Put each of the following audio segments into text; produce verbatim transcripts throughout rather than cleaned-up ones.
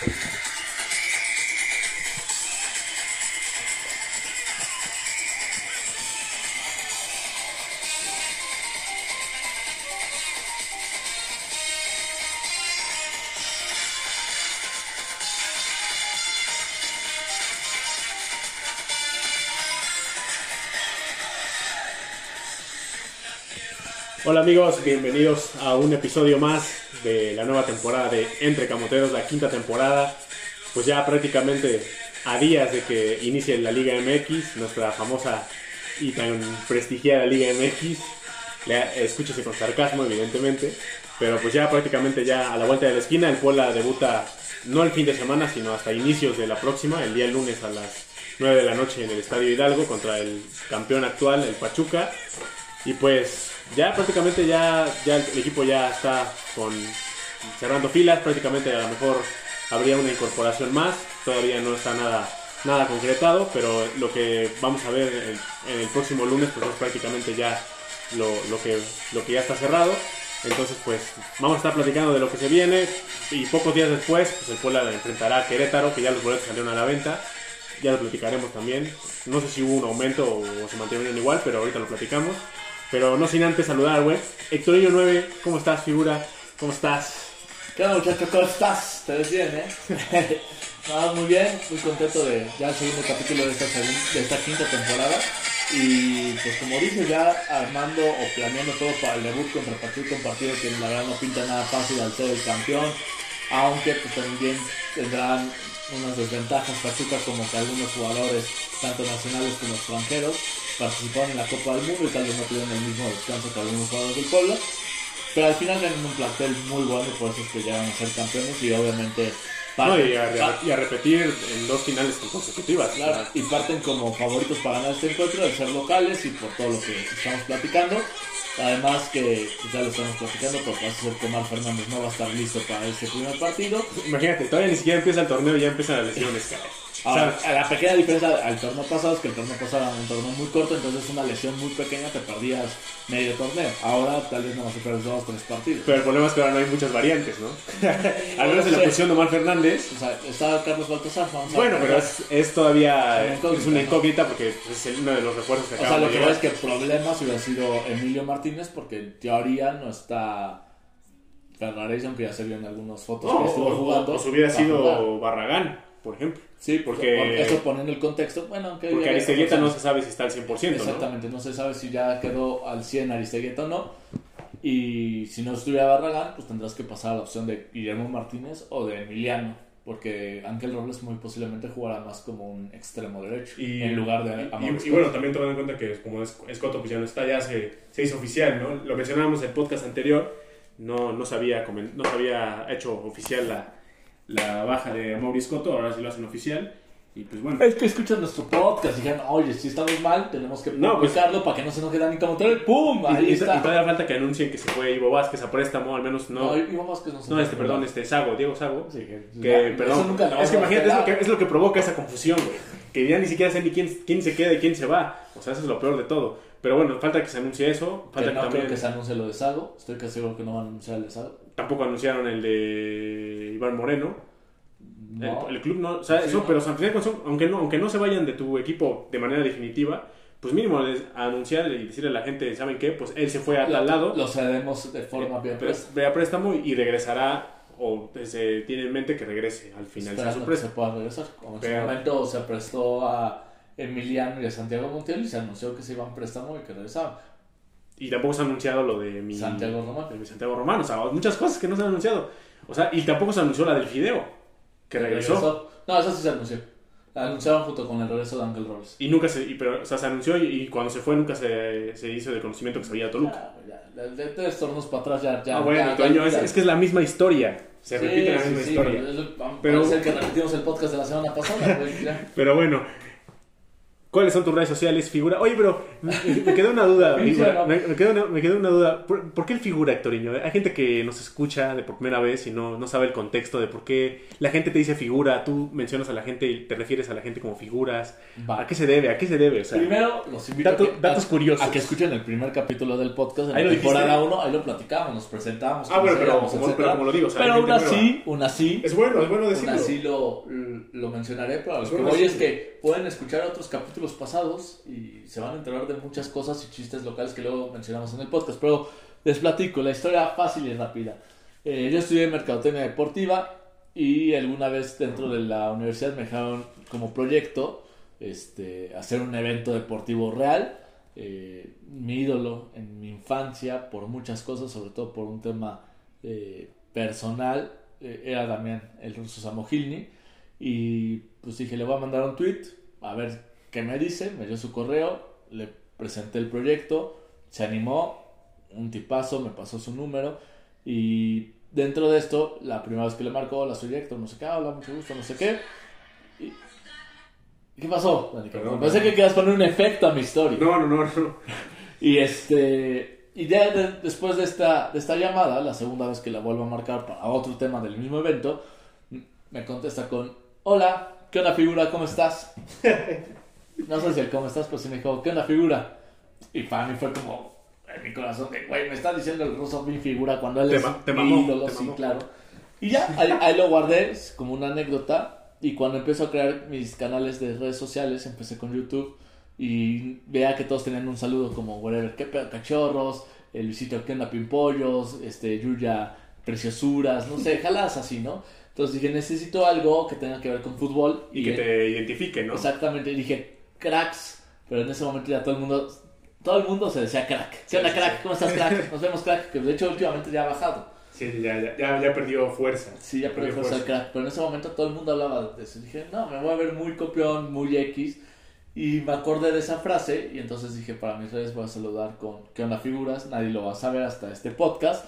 Hola amigos, bienvenidos a un episodio más de la nueva temporada de Entre Camoteros, la quinta temporada. Pues ya prácticamente a días de que inicie la Liga M X, nuestra famosa y tan prestigiada Liga M X. Escúchese con sarcasmo, evidentemente, pero pues ya prácticamente ya a la vuelta de la esquina. El Puebla debuta no el fin de semana, sino hasta inicios de la próxima, el día lunes a las nueve de la noche en el Estadio Hidalgo contra el campeón actual, el Pachuca. Y pues ya prácticamente ya, ya el equipo ya está con, cerrando filas. Prácticamente a lo mejor habría una incorporación más. Todavía no está nada, nada concretado, pero lo que vamos a ver en, en el próximo lunes pues es prácticamente ya lo, lo, que, lo que ya está cerrado. Entonces pues vamos a estar platicando de lo que se viene. Y pocos días después pues el Puebla enfrentará a Querétaro, que ya los boletos salieron a la venta. Ya lo platicaremos también. No sé si hubo un aumento o, o se mantuvieron igual, pero ahorita lo platicamos. Pero no sin antes saludar, güey. Héctorinho nueve, ¿cómo estás, figura? ¿Cómo estás? ¿Qué onda, muchacho? ¿Cómo estás? Te ves bien, ¿eh? Nada, muy bien. Muy contento de ya el segundo capítulo de esta, de esta quinta temporada. Y pues como dices, ya armando o planeando todo para el debut contra partido con partido, que la verdad no pinta nada fácil al ser el campeón. Aunque pues también tendrán unas desventajas Pachuca, como que algunos jugadores, tanto nacionales como extranjeros, participaron en la Copa del Mundo y tal vez no tuvieron el mismo descanso que algunos jugadores del pueblo, pero al final tienen un plantel muy bueno y por eso es que llegan a ser campeones. Y obviamente parten, no, y, a, y a repetir en dos finales consecutivas, claro, claro. Y parten como favoritos para ganar este encuentro, de ser locales y por todo lo que estamos platicando. Además que pues ya lo estamos platicando, porque va a ser que Omar Fernández no va a estar listo para este primer partido. Imagínate, todavía ni siquiera empieza el torneo y ya empiezan las lesiones, caray. Ahora, o sea, la pequeña diferencia al torneo pasado es que el torneo pasado era un torneo muy corto, entonces una lesión muy pequeña te perdías medio torneo. Ahora tal vez no vas a perder dos o tres partidos. Pero el problema es que ahora no hay muchas variantes, ¿no? Al menos en la posición de Omar Fernández. O sea, está Carlos Baltasar. Vamos bueno, a pero es, es todavía una incógnita, es una incógnita, ¿no? Porque es uno de los refuerzos que o sea, acaban lo de que llegar. es que el problema si hubiera sido Emilio Martínez, porque en teoría no está Fernández, aunque ya se vio en algunas fotos no, que estuvo o, jugando. O, o hubiera sido jugar. Barragán, por ejemplo. Sí, porque eso poniendo el contexto, bueno, aunque porque Aristeguieta no se sabe si está al cien por ciento, exactamente, ¿no? no se sabe si ya quedó al cien Aristeguieta o no. Y si no estuviera Barragán, pues tendrás que pasar a la opción de Guillermo Martínez o de Emiliano, porque Ángel Robles muy posiblemente jugará más como un extremo derecho y, en lugar de y, y, y bueno, también tomando en cuenta que como Escoto pues ya no está, ya se, se hizo oficial, ¿no? Lo mencionábamos en el podcast anterior, no, no, se había, no se había hecho oficial la la baja de Mauricio Escoto, ahora sí lo hacen oficial. Y pues bueno, es que escuchan nuestro podcast y dijeron, oye, si estamos mal, tenemos que publicarlo no, pues, para que no se nos quede ni como tal. ¡Pum! Ahí y, está. Y todavía falta que anuncien que se fue Ivo Vázquez a préstamo, al menos no. No, Ivo Vázquez no se No, este, perdón, este, Sago, Diego Sago. Sí, que, que ya, perdón. Nunca lo es que imagínate, es lo que, es lo que provoca esa confusión, güey. Que ya ni siquiera sé ni quién, quién se queda y quién se va. O sea, eso es lo peor de todo. Pero bueno, falta que se anuncie eso. Falta que no que también... creo que se anuncie lo de Sago. Estoy casi seguro que no van a anunciar el de Sago. Tampoco anunciaron el de Iván Moreno. No. El, el club no, o sea, sí, eso, no. pero aunque no, aunque no se vayan de tu equipo de manera definitiva, pues mínimo les, anunciar y decirle a la gente, ¿saben qué? Pues él se fue a tal lado. Lo cedemos de forma bien préstamo. a préstamo y regresará, o se tiene en mente que regrese al final. Esperando su préstamo. Que se pueda regresar. Como en pero, su momento se prestó a Emiliano y a Santiago Montiel y se anunció que se iban a préstamo y que regresaban. Y tampoco se ha anunciado lo de mi Santiago Román. De mi Santiago Román, o sea, muchas cosas que no se han anunciado. O sea, y tampoco se anunció la del Fideo. Que regresó. regresó. No, eso sí se anunció. La anunciaron junto con el regreso de Ángel Robles. Y nunca se, y, pero, o sea, se anunció y, y cuando se fue nunca se, se hizo de conocimiento que se había a Toluca. Ya, ya, de tres tornos para atrás ya. ya ah, bueno, ya, Toño, ya, es, ya. es que es la misma historia. Se sí, repite la sí, misma sí, historia. Pero, pero parece que repetimos el podcast de la semana pasada. Pues, pero bueno, ¿Cuáles son tus redes sociales, figura? Oye, pero me, me quedó una duda, figura. Me, me, quedó una, me quedó una duda. ¿Por, ¿Por qué el figura, Hectoriño? Hay gente que nos escucha de por primera vez y no, no sabe el contexto de por qué la gente te dice figura. Tú mencionas a la gente y te refieres a la gente como figuras. Va. ¿A qué se debe? ¿A qué se debe? O sea, primero, los invito dato, a que, datos a, curiosos. A que escuchen el primer capítulo del podcast en ahí la temporada uno. Ahí lo platicamos, nos presentamos. Ah, bueno, pero como, pero como lo digo. O sea, pero aún así, aún así. Es bueno, es bueno decirlo. Aún así lo, lo mencionaré, pero lo que voy es que pueden escuchar otros capítulos pasados y se van a enterar de muchas cosas y chistes locales que luego mencionamos en el podcast. Pero les platico la historia fácil y rápida. Eh, yo estudié mercadotecnia deportiva y alguna vez dentro de la universidad me dejaron como proyecto este, hacer un evento deportivo real. Eh, mi ídolo en mi infancia por muchas cosas, sobre todo por un tema eh, personal, eh, era Damián el ruso Samogilny. Y pues dije, le voy a mandar un tweet a ver qué me dice. Me dio su correo, le presenté el proyecto, se animó, un tipazo, me pasó su número. Y dentro de esto, la primera vez que le marcó, hola, soy Héctor, no sé qué, hola, mucho gusto, no sé qué. Y, ¿qué pasó, Danica? Perdón, Pensé perdón. que querías poner un efecto a mi historia. No, no, no, no. Y este... Y ya de, después de esta, de esta llamada, la segunda vez que la vuelvo a marcar para otro tema del mismo evento, me contesta con: hola, ¿qué onda, figura? ¿Cómo estás? No sé si el cómo estás, pero sí me dijo, ¿qué onda, figura? Y para mí fue como en mi corazón de, güey, me está diciendo el ruso mi figura cuando él te es ma- te mi mamó, ídolo, te sí, mamó. claro. Y ya, ahí, ahí lo guardé como una anécdota. Y cuando empiezo a crear mis canales de redes sociales, empecé con YouTube y veía que todos tenían un saludo como, whatever, qué pedo, cachorros, el Luisito, qué onda, pimpollos, este, Yuya, preciosuras, no sé, jaladas así, ¿no? Entonces dije, necesito algo que tenga que ver con fútbol. Y, y que te identifique, ¿no? Exactamente, y dije, cracks, pero en ese momento ya todo el mundo, todo el mundo se decía crack. ¿Qué onda, sí, crack? sí. ¿Cómo estás, crack? Nos vemos, crack, que de hecho últimamente ya ha bajado. Sí, ya, ya, ya, ya perdió fuerza. Sí, ya perdió fuerza el crack, pero en ese momento todo el mundo hablaba de eso. Dije, no, me voy a ver muy copión, muy X. Y me acordé de esa frase y entonces dije, para mis redes voy a saludar con ¿qué onda, figuras? Nadie lo va a saber hasta este podcast.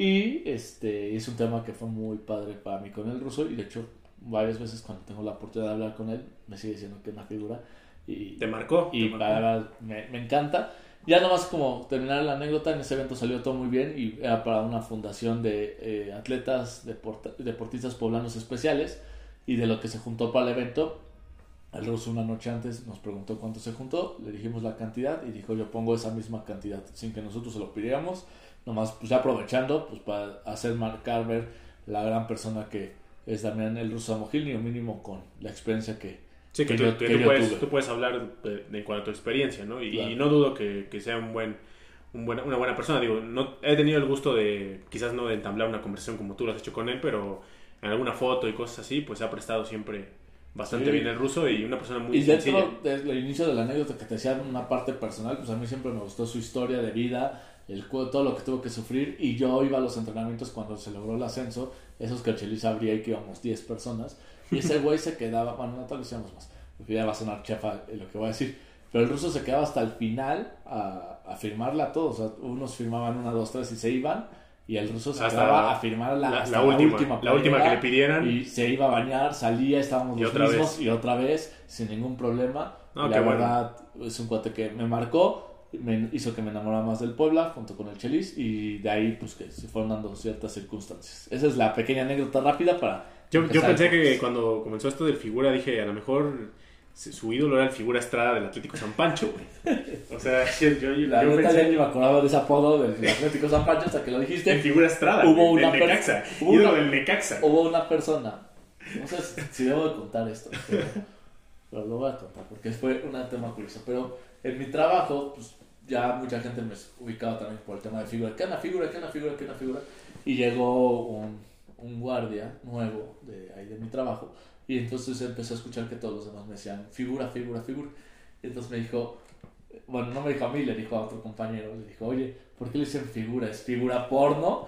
Y este es un tema que fue muy padre para mí con el ruso. Y de hecho, varias veces cuando tengo la oportunidad de hablar con él, me sigue diciendo que es una figura. Y, ¿Te marcó? Y ¿Te para marcó? me, me encanta. Ya nomás como terminar la anécdota, en ese evento salió todo muy bien. Y era para una fundación de eh, atletas, deport- deportistas poblanos especiales. Y de lo que se juntó para el evento, el ruso una noche antes nos preguntó cuánto se juntó, le dijimos la cantidad y dijo, yo pongo esa misma cantidad, sin que nosotros se lo pidiéramos, nomás pues ya aprovechando pues para hacer marcar ver la gran persona que es Damián el ruso Samogilny, o mínimo con la experiencia que, sí, que, que, tú, yo, que que tú, yo puedes, tuve. tú puedes hablar de, de, en cuanto a tu experiencia, ¿no? Y, Claro. y no dudo que, que sea un buen, un buen, una buena persona. Digo, no he tenido el gusto de, quizás no de entablar una conversación como tú lo has hecho con él, pero en alguna foto y cosas así, pues se ha prestado siempre bastante Sí. bien el ruso y una persona muy Y sencilla. dentro del inicio de la anécdota que te decía una parte personal, pues a mí siempre me gustó su historia de vida, el todo lo que tuvo que sufrir, y yo iba a los entrenamientos cuando se logró el ascenso, esos que el Chelis abría y que íbamos diez personas, y ese güey se quedaba, bueno, no tal vez íbamos más, porque ya va a sonar chefa lo que voy a decir, pero el ruso se quedaba hasta el final a, a firmarla a todos, o sea, unos firmaban una, dos, tres y se iban, y el ruso se Hasta quedaba la- a firmar la, la- hasta la la última, última, la última que le pidieran. y se iba a bañar, salía, estábamos Y los otra mismos, vez. y otra vez, sin ningún problema. No, Y qué la bueno. verdad, es un cuate que me marcó, me hizo que me enamorara más del Puebla, junto con el Chelis, y de ahí, pues, que se fueron dando ciertas circunstancias. Esa es la pequeña anécdota rápida para... Yo, yo empezar. pensé que cuando comenzó esto del figura, dije, a lo mejor su ídolo era el figura Estrada del Atlético San Pancho, güey. O sea, yo, yo, La yo neta, pensé ya ni me acordaba de ese apodo del Atlético San Pancho hasta que lo dijiste. en figura Estrada, Hubo güey, una del per- Necaxa, hubo ídolo una- del Necaxa. Hubo una persona, no sé si, si debo de contar esto, pero, pero lo voy a contar porque fue un tema curioso. Pero en mi trabajo, pues ya mucha gente me ubicaba también por el tema de figura. ¿Qué es una figura? ¿Qué es una figura? ¿Qué es una figura? Y llegó un, un guardia nuevo de ahí de mi trabajo. Y entonces empecé a escuchar que todos los demás me decían figura, figura, figura. Y entonces me dijo, bueno, no me dijo a mí, le dijo a otro compañero, le dijo, oye, ¿por qué le dicen figura? ¿Es figura porno?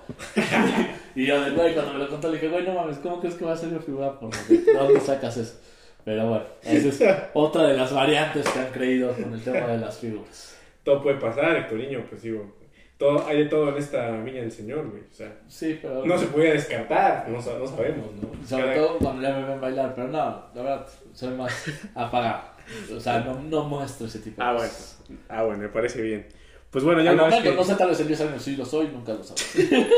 Y yo, de güey, cuando me lo contó, le dije, güey, no mames, ¿cómo crees que va a ser yo figura porno? ¿De dónde sacas eso? Pero bueno, esa es otra de las variantes que han creído con el tema de las figuras. Todo puede pasar, Hectoriño, pues digo, todo, hay de todo en esta viña del Señor, güey. O sea, Sí, pero... no se podía descartar, no, sa- no sabemos, ¿no? Sobre Cada- todo cuando ya me ven bailar, pero no, la verdad, soy más apagado. O sea, no, no muestro ese tipo de Ah, bueno. cosas. Ah, bueno, me parece bien. Pues bueno, ya Al una vez momento, que... no sé, tal vez en diez años sí lo soy, nunca lo sabes.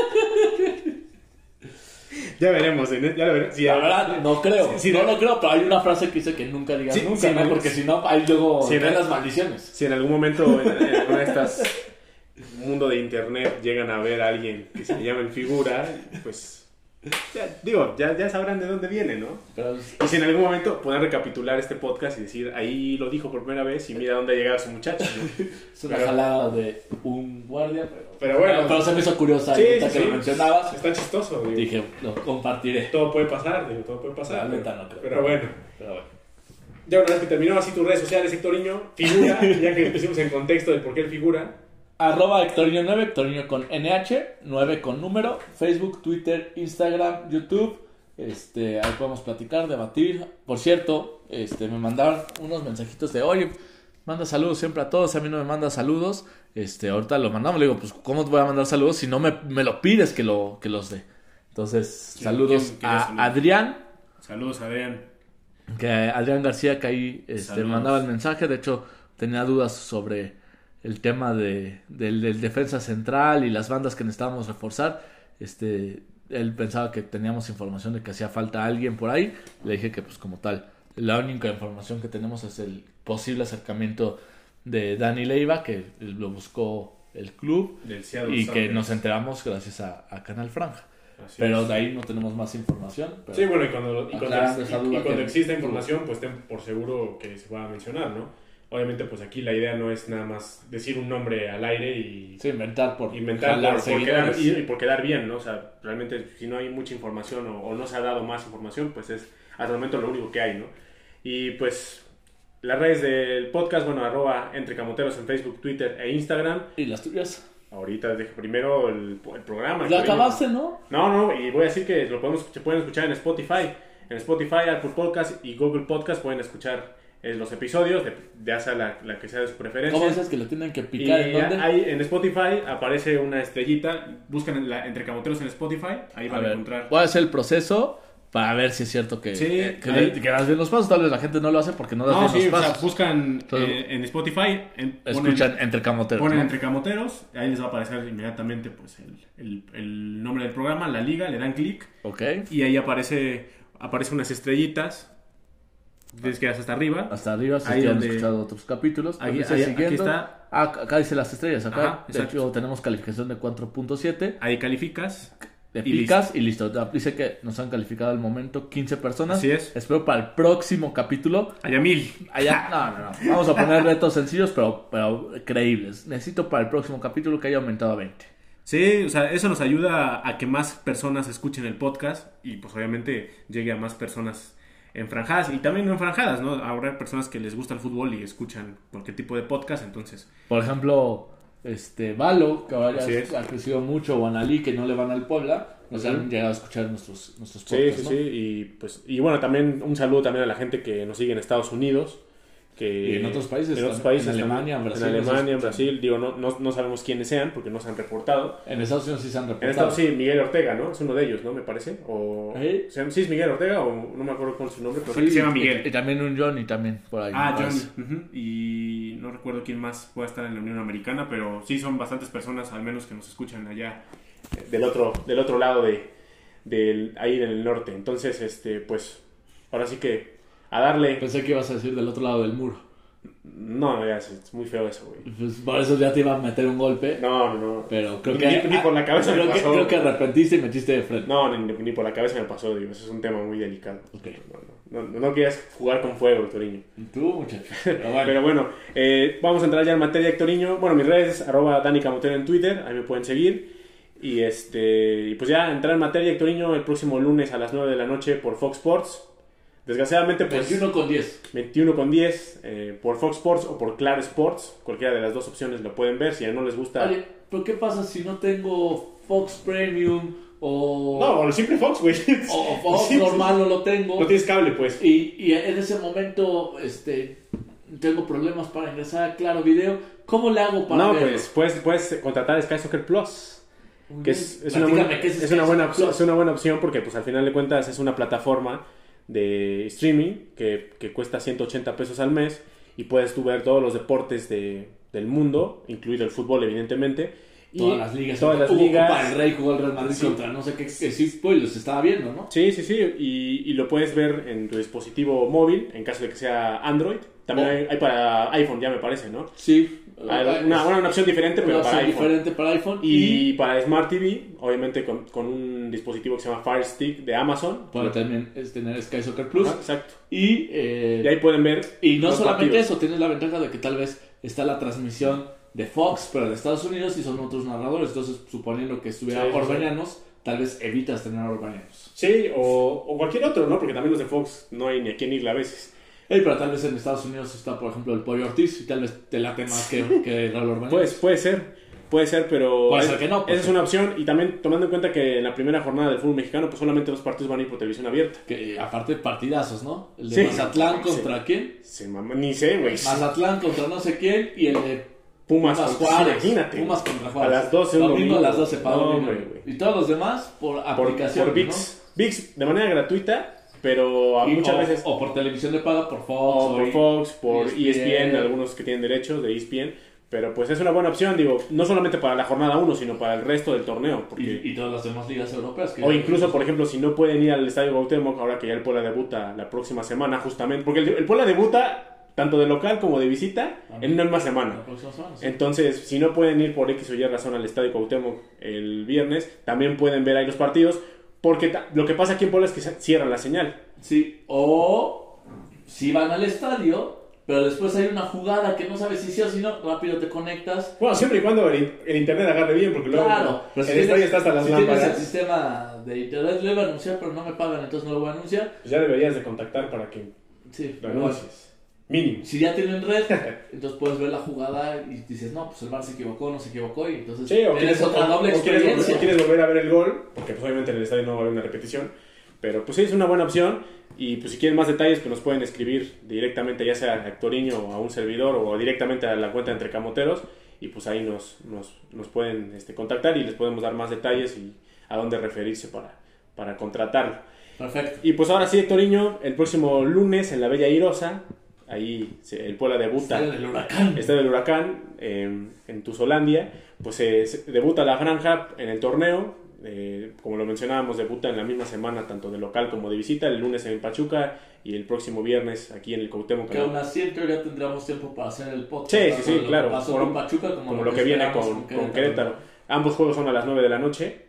Ya veremos, en- ya lo veremos. Sí, La ya- verdad, no creo. Sí, sí, no no. lo creo, pero hay una frase que dice que nunca digas Sí, nunca, sí, ¿no? no. Porque si no, hay luego Sí, ven no. las maldiciones. Si en algún momento en, en alguna de estas mundo de internet llegan a ver a alguien que se llama el figura, pues ya, digo, ya, ya sabrán de dónde viene, ¿no? Pero Y si en algún momento pueden recapitular este podcast y decir, ahí lo dijo por primera vez y mira dónde ha llegado su muchacho, ¿no? es una Pero- jalada de un guardia, pero... Pero bueno. Pero se me hizo curiosa Sí, ahorita sí, que sí. lo mencionabas. Está chistoso, digo. Dije, lo compartiré. Todo puede pasar, digo, todo puede pasar. La pero, neta no creo. pero bueno. Pero bueno. Ya una vez que terminó así tus redes sociales, Hectoriño, figura, ya que pusimos en contexto de por qué él figura. Arroba Hectoriño nueve, Hectoriño con N H, nueve con número, Facebook, Twitter, Instagram, YouTube. Este, ahí podemos platicar, debatir. Por cierto, este, me mandaron unos mensajitos de, oye, manda saludos siempre a todos, a mí no me manda saludos. Este, ahorita lo mandamos, le digo, pues, ¿cómo te voy a mandar saludos si no me, me lo pides que, lo, que los dé? Entonces, ¿Quién- saludos quién quiere a saludos? Adrián, Saludos, Adrián. que Adrián García, que ahí este, Saludos. mandaba el mensaje. De hecho, tenía dudas sobre el tema de, del, del defensa central y las bandas que necesitábamos reforzar. Este, él pensaba que teníamos información de que hacía falta alguien por ahí. Le dije que pues como tal, la única información que tenemos es el posible acercamiento de Dani Leiva, que lo buscó el club Del Seattle y que Sounders. nos enteramos gracias a, a Canal Franja. Así Pero es. de ahí no tenemos más información. Pero Sí, bueno, y cuando, y cuando, aclarando ex- esa y- duda y cuando que- exista información, pues ten por seguro que se va a mencionar, ¿no? Obviamente, pues aquí la idea no es nada más decir un nombre al aire y sí, inventar por inventar jalar por, por quedar, seguidores. y, y por quedar bien, ¿no? O sea, realmente si no hay mucha información o, o no se ha dado más información, pues es hasta el momento lo único que hay, ¿no? Y pues las redes del podcast, bueno, arroba Entre Camoteros en Facebook, Twitter e Instagram. ¿Y las tuyas? Ahorita dejo primero el, el programa. Ya el que acabaste, ¿no? No, no, y voy a decir que lo podemos, se pueden escuchar en Spotify. En Spotify, Apple Podcast y Google Podcast pueden escuchar eh, los episodios, de, ya sea la, la que sea de su preferencia. ¿Cómo dices que lo tienen que Y picar? ¿En dónde? ahí en Spotify aparece una estrellita. Buscan la, Entre Camoteros en Spotify. Ahí A van a, ver, encontrar. voy a hacer el proceso para ver si es cierto que, Sí, que, que, ahí- que das bien los pasos. Tal vez la gente no lo hace porque no das No, bien sí, los o sea, pasos. buscan Entonces, eh, en Spotify. En, ponen- Escuchan Entre Camoteros. Ponen ¿no? Entre Camoteros. Ahí les va a aparecer inmediatamente pues, el, el, el nombre del programa, la liga. Le dan clic. Ok. Y ahí aparece, aparece unas estrellitas. Tienes que ir hasta arriba. Hasta arriba, si Ahí han donde- escuchado otros capítulos. Aquí- Dice ahí- aquí siguiendo. está. Ah, acá dice las estrellas. Acá, Ajá, de exacto. hecho, tenemos calificación de cuatro punto siete. Ahí calificas. Le y picas y listo. Dice que nos han calificado al momento quince personas. Así es. Espero para el próximo capítulo. Allá mil. Allá, no, no, no. Vamos a poner retos sencillos, pero, pero creíbles. Necesito para el próximo capítulo que haya aumentado a veinte. Sí, o sea, eso nos ayuda a que más personas escuchen el podcast y pues obviamente llegue a más personas enfranjadas y también no enfranjadas, ¿no? Habrá personas que les gusta el fútbol y escuchan cualquier tipo de podcast, entonces... Por ejemplo, este Valo, que ahora Así ya es. ha crecido mucho, o Analí, que no le van al Puebla, nos Ujú. han llegado a escuchar nuestros, nuestros Sí, podcasts, sí, ¿no? sí, y pues y bueno, también un saludo también a la gente que nos sigue en Estados Unidos, que Y en otros países, en otros en países Alemania, también, en Brasil, en nos Alemania, en escuchan. Brasil, digo, no, no, no sabemos quiénes sean porque no se han reportado. En Estados Unidos sí se han En reportado. Estados sí, Miguel Ortega, ¿no? Es uno de ellos, ¿no? Me parece. O... ¿Eh? Sí, es Miguel Ortega o no me acuerdo cuál es su nombre, pero Sí, sé que se llama Miguel. Y, y también un Johnny también por ahí. Ah, me Johnny. parece. Ujú. Y no recuerdo quién más pueda estar en la Unión Americana, pero sí son bastantes personas, al menos que nos escuchan allá eh, del otro, del otro lado de, del, ahí en el norte. Entonces, este, pues, ahora sí que a darle. Pensé que ibas a decir del otro lado del muro. No, ya, es, es muy feo eso, güey. Pues por eso ya te iba a meter un golpe. No, no, no. Pero creo Ni- que. ni por la cabeza me creo que, pasó. creo que arrepentiste y metiste de frente. No, ni, ni por la cabeza me pasó, digo, eso es un tema muy delicado. Ok. No, no, no, no quieras jugar con fuego, Hectoriño. Tú, muchacho. Pero bueno. Pero bueno, eh, vamos a entrar ya en materia, Hectoriño. Bueno, mis redes, arroba Dani Camotero en Twitter, ahí me pueden seguir. Y este y pues ya entrar en materia, Hectoriño, el próximo lunes a las nueve de la noche por Fox Sports. Desgraciadamente, pues veintiuno con diez. veintiuno con diez eh, por Fox Sports o por Claro Sports. Cualquiera de las dos opciones lo pueden ver. Si ya no les gusta... Oye, pero ¿qué pasa si no tengo Fox Premium o, No, o siempre Fox, güey. o Fox Sí, normal no lo tengo? No tienes cable, pues. Y, y en ese momento este, tengo problemas para ingresar a Claro Video. ¿Cómo le hago para No, verlo? pues puedes, puedes contratar Sky Soccer Plus. Muy Que bien. es, es, una Platícame, buena, ¿qué es es, Sky una buena, Soccer Plus? es una buena opción porque pues al final de cuentas es una plataforma de streaming que, que cuesta ciento ochenta pesos al mes y puedes tú ver todos los deportes de, del mundo, incluido el fútbol evidentemente. Y Todas las ligas. Todas las Hubo ligas. Copa del Rey, jugó el Real Madrid Sí. contra no sé qué equipo y los estaba viendo, ¿no? Sí, sí, sí, y, y lo puedes ver en tu dispositivo móvil, en caso de que sea Android. También Oh. hay, hay para iPhone, ya me parece, ¿no? Sí. Hay una, una, una opción diferente, pero Una para opción iPhone. diferente para iPhone. Y para Smart T V, obviamente con, con un dispositivo que se llama Fire Stick de Amazon. Puede también es tener Sky Soccer Plus. Ajá, exacto. Y, eh, Y ahí pueden ver. y no los solamente partidos. eso, tienes la ventaja de que tal vez está la transmisión de Fox, pero de Estados Unidos y son otros narradores. Entonces, suponiendo que estuviera Sí, sí, Orbañanos, tal vez evitas tener a Orbañanos. Sí, o, o cualquier otro, ¿no? Porque también los de Fox no hay ni a quién irle a veces. Hey, pero tal vez en Estados Unidos está, por ejemplo, el Pollo Ortiz y tal vez te late más que, que Raúl Orbañanos. Pues puede ser, puede ser, pero Puede es- ser que no, pues. esa es una opción. Y también tomando en cuenta que en la primera jornada del fútbol mexicano, pues solamente dos partidos van a ir por televisión abierta. Que, eh, aparte, partidazos, ¿no? El de Sí. Mazatlán Sí. contra quién? Se mama- ni sé, güey. Mazatlán contra no sé quién y el de Pumas, Pumas contra- Juárez. imagínate. Pumas contra A Juárez. las doce un Domingo a las doce para No, domingo. hombre, güey. Y todos los demás por Por, aplicación. por ViX. ViX de manera gratuita, pero a ¿no? Y- muchas o, veces. o por televisión de paga, por Fox. O por y- Fox, por E S P N, E S P N, algunos que tienen derechos de E S P N. Pero pues es una buena opción, digo, no solamente para la jornada uno, sino para el resto del torneo. Porque... Y, y todas las demás ligas europeas. Que O incluso, por ejemplo, si no pueden ir al Estadio Cuauhtémoc, ahora que ya el Puebla debuta la próxima semana, justamente. Porque el, el Puebla debuta tanto de local como de visita en una misma semana. La próxima semana, sí. Entonces, si no pueden ir por X o Y razón al Estadio Cuauhtémoc el viernes, también pueden ver ahí los partidos. Porque ta- lo que pasa aquí en Puebla es que se- cierran la señal. Sí, o si van al estadio, pero después hay una jugada que no sabes si sí o si no, rápido te conectas. Bueno, siempre y cuando el, el internet agarre bien, porque luego Claro, pero el si estadio tienes, está hasta las si tienes el lámparas. sistema de internet, lo iba a anunciar, pero no me pagan, entonces no lo voy a anunciar. Pues ya deberías de contactar para que Sí, lo igual. anuncies. Mínimo. Si ya tienen red, entonces puedes ver la jugada y dices, no, pues el VAR se equivocó, no se equivocó, y entonces Sí, o tienes quieres, otra doble o quieres, experiencia. o quieres volver a ver el gol, porque pues, obviamente en el estadio no va a haber una repetición. Pero pues sí, es una buena opción. Y pues si quieren más detalles, pues nos pueden escribir directamente, ya sea a Hectoriño o a un servidor, o directamente a la cuenta de Entre Camoteros. Y pues ahí nos, nos, nos pueden este, contactar y les podemos dar más detalles y a dónde referirse para, para contratarlo. Perfecto. Y pues ahora sí, Hectoriño, el próximo lunes en la Bella Irosa, ahí se- el Puebla debuta. Estadio del Huracán. Estadio del Huracán, eh, en Tuzolandia, pues eh, se- debuta la franja en el torneo. Eh, como lo mencionábamos, debuta en la misma semana tanto de local como de visita, el lunes en Pachuca y el próximo viernes aquí en el Cuauhtémoc. Que aún así, en teoría tendríamos tiempo para hacer el podcast. Sí, sí, tanto sí, de lo que claro. pasó Como- con Pachuca como, como lo que viene esperamos con, con Querétaro. Ambos juegos son a las nueve de la noche.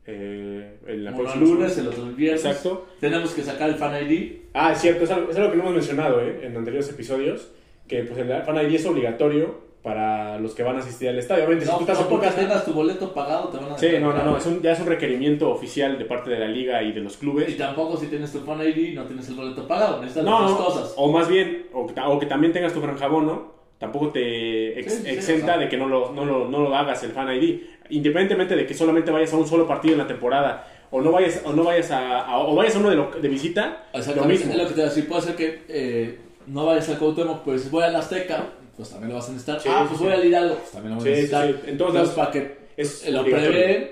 Eh, en la Uno próxima el lunes, el otro el viernes. Exacto. Tenemos que sacar el Fan I D. Ah, es cierto, es algo, es algo que no hemos mencionado ¿eh? en anteriores episodios, que pues el Fan I D es obligatorio para los que van a asistir al estadio. Obviamente, No, si tú estás no en tu porque casa... tengas tu boleto pagado, te van a Sí, dejar no, no, entrar. no, es un, ya es un requerimiento oficial de parte de la liga y de los Y clubes. tampoco si tienes tu Fan I D, no tienes el boleto pagado. Necesitas No, las no, dos cosas. o más bien, o, que ta- o que también tengas tu franja bono, tampoco te ex- Sí, sí, exenta o sea. de que no lo, no, lo, no lo hagas el Fan I D. Independientemente de que solamente vayas a un solo partido en la temporada, o no vayas, o no vayas a, a- o vayas a uno de, lo- de visita, lo Exactamente, mismo. es lo que te voy a decir. Puede ser que eh, no vayas al Cuauhtémoc, pero si voy al Azteca, pues también lo vas a necesitar. Sí, ah, sí, pues sí. voy al Hidalgo, pues también lo voy a Sí, sí, necesitar. sí. En todos Entonces, lados para que es eh, lo obligatorio. prevén,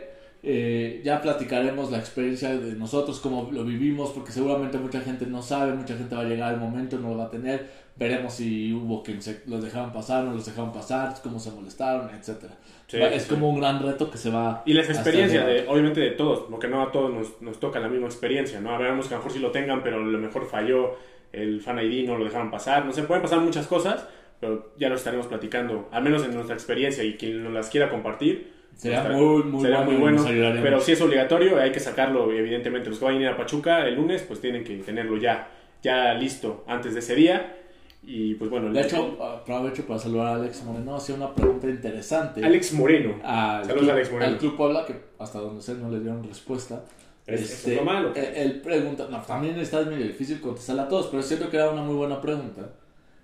eh, ya platicaremos la experiencia de nosotros, cómo lo vivimos, porque seguramente mucha gente no sabe, mucha gente va a llegar al momento, no lo va a tener. Veremos si hubo quien se los dejaban pasar, no los dejaban pasar, cómo se molestaron, etcétera. Sí, Va- es sí. como un gran reto que se va. Y las hasta experiencias, llegar. de, obviamente de todos, porque no a todos nos, nos toca la misma experiencia, ¿no? Habremos que a lo mejor sí lo tengan, pero a lo mejor falló el Fan I D, no lo dejaron pasar, no sé, pueden pasar muchas cosas, pero ya lo estaremos platicando, al menos en nuestra experiencia, y quien nos las quiera compartir, Sería estará- muy, muy sería bueno muy y bueno, nos ayudaría pero mucho. si es obligatorio, hay que sacarlo, evidentemente, los que vayan a ir a Pachuca el lunes, pues tienen que tenerlo ya, ya listo antes de ese día, y pues bueno. De hecho, aprovecho para saludar a Alex Moreno. Hacía una pregunta interesante. Alex Moreno, al saludos club, a Alex Moreno. al Club Puebla, que hasta donde sé no le dieron respuesta. ¿Es, Este, ¿es lo malo? eh, Él pregunta, no, también está medio difícil contestarla a todos, pero siento que era una muy buena pregunta.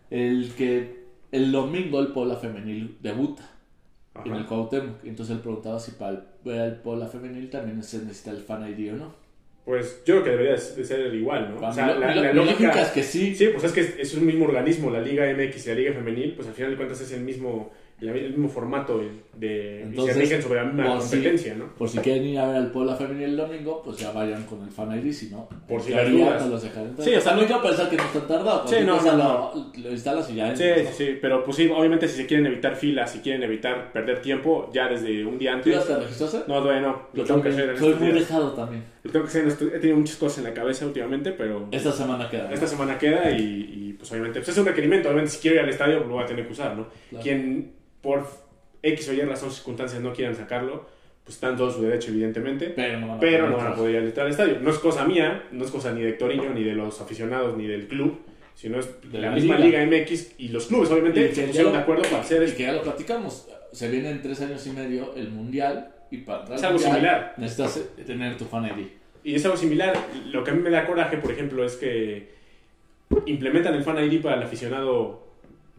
El que el domingo el Puebla femenil debuta Ajá. en el Cuauhtémoc. Entonces él preguntaba si para el, ver al Puebla femenil también se necesita el Fan I D o no. Pues yo creo que debería de ser igual, ¿no? Para O sea, mí, la, lo- la lo lógica lógica es que sí. Sí, pues es que es, es un mismo organismo, la Liga M X y la Liga Femenil, pues al final de cuentas es el mismo el, el mismo formato de, Entonces, y se rigen sobre la misma competencia, si, ¿no? Por si quieren ir a ver al Puebla Femenil el domingo, pues ya vayan con el Fan I D, si no, por si las dudas. no los dejan entrar. Sí, o sea, no hay que pensar que no están tardados. Sí, no, no, no. Lo, lo instalas y ya Sí, entras, sí, ¿no? sí, pero pues sí, obviamente si se quieren evitar filas, si quieren evitar perder tiempo, ya desde un día ¿Tú antes... ya te registraste? No, todavía no, lo Yo tengo que también, hacer en soy estos muy días. dejado también. Lo tengo que hacer en estos- He tenido muchas cosas en la cabeza últimamente, pero... Esta semana queda. ¿no? Esta semana queda y, y, pues obviamente pues es un requerimiento, obviamente si quiero ir al estadio pues lo voy a tener que usar, ¿no? Claro. Quien por X o Y razón, circunstancias no quieran sacarlo, pues están todo su derecho evidentemente, Pero no van a, pero poder no van a entrar. poder ir al estadio. No es cosa mía, no es cosa ni de Toriño, ni de los aficionados, ni del club, sino es De la, la misma liga. Liga M X y los clubes Y obviamente que se ya pusieron lo- de acuerdo para hacer Y esto. que ya lo platicamos. Se viene en tres años y medio el Mundial y para entrar Es al algo Mundial similar. necesitas tener tu Fan I D. Y es algo similar. Lo que a mí me da coraje, por ejemplo, es que implementan el Fan I D para el aficionado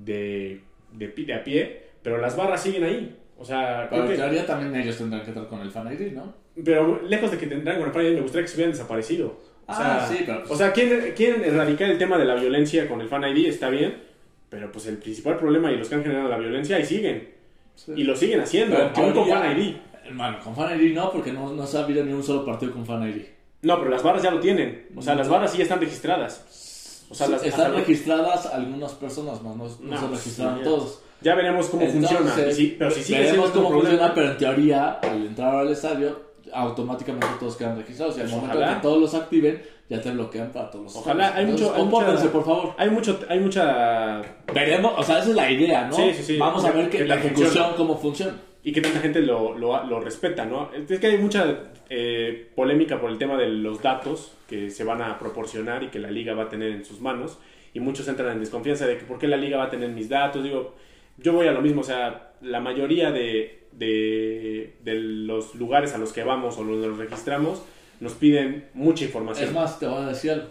de, de, pi- de a pie, pero las barras siguen ahí. O sea, Pero creo en que- teoría también ellos tendrán que estar con el Fan I D, ¿no? pero lejos de que tendrán con el Fan I D, me gustaría que se hubieran desaparecido. O sea, Ah, sí, pero pues- o sea, quieren, quieren erradicar el tema de la violencia con el Fan I D, está bien, pero pues el principal problema y los que han generado la violencia ahí siguen. Sí. Y lo siguen haciendo, Pero en aún con teoría- Fan I D. Hermano, con Fan I D no, porque no, no se ha habido ni un solo partido con Fan I D. No, pero las barras ya lo tienen. O sea, las barras sí ya están registradas. O sea, Sí, las, están hasta- registradas algunas personas, más no, no, No, se pues, registraron ya. todos. Ya veremos cómo Entonces, funciona. Y si- pero si sigue veremos siendo cómo un problema, funciona, pero en teoría, al entrar al estadio, automáticamente todos quedan registrados. Y al Pues momento ojalá. de que todos los activen, ya te bloquean para todos los Ojalá, estadios. hay mucho- Entonces, hay compórtense, mucha- por favor. hay mucho, hay mucha Veremos, o sea, esa es la idea, ¿no? Sí, sí, sí. Vamos a Que- ver que que la tal ejecución, funciona. cómo funciona. y que tanta gente lo, lo, lo respeta, ¿no? Es que hay mucha eh, polémica por el tema de los datos que se van a proporcionar y que la liga va a tener en sus manos, y muchos entran en desconfianza de que por qué la liga va a tener mis datos. Digo, yo voy a lo mismo, o sea, la mayoría de, de, de los lugares a los que vamos o donde nos registramos nos piden mucha información. Es más, te voy a decir algo.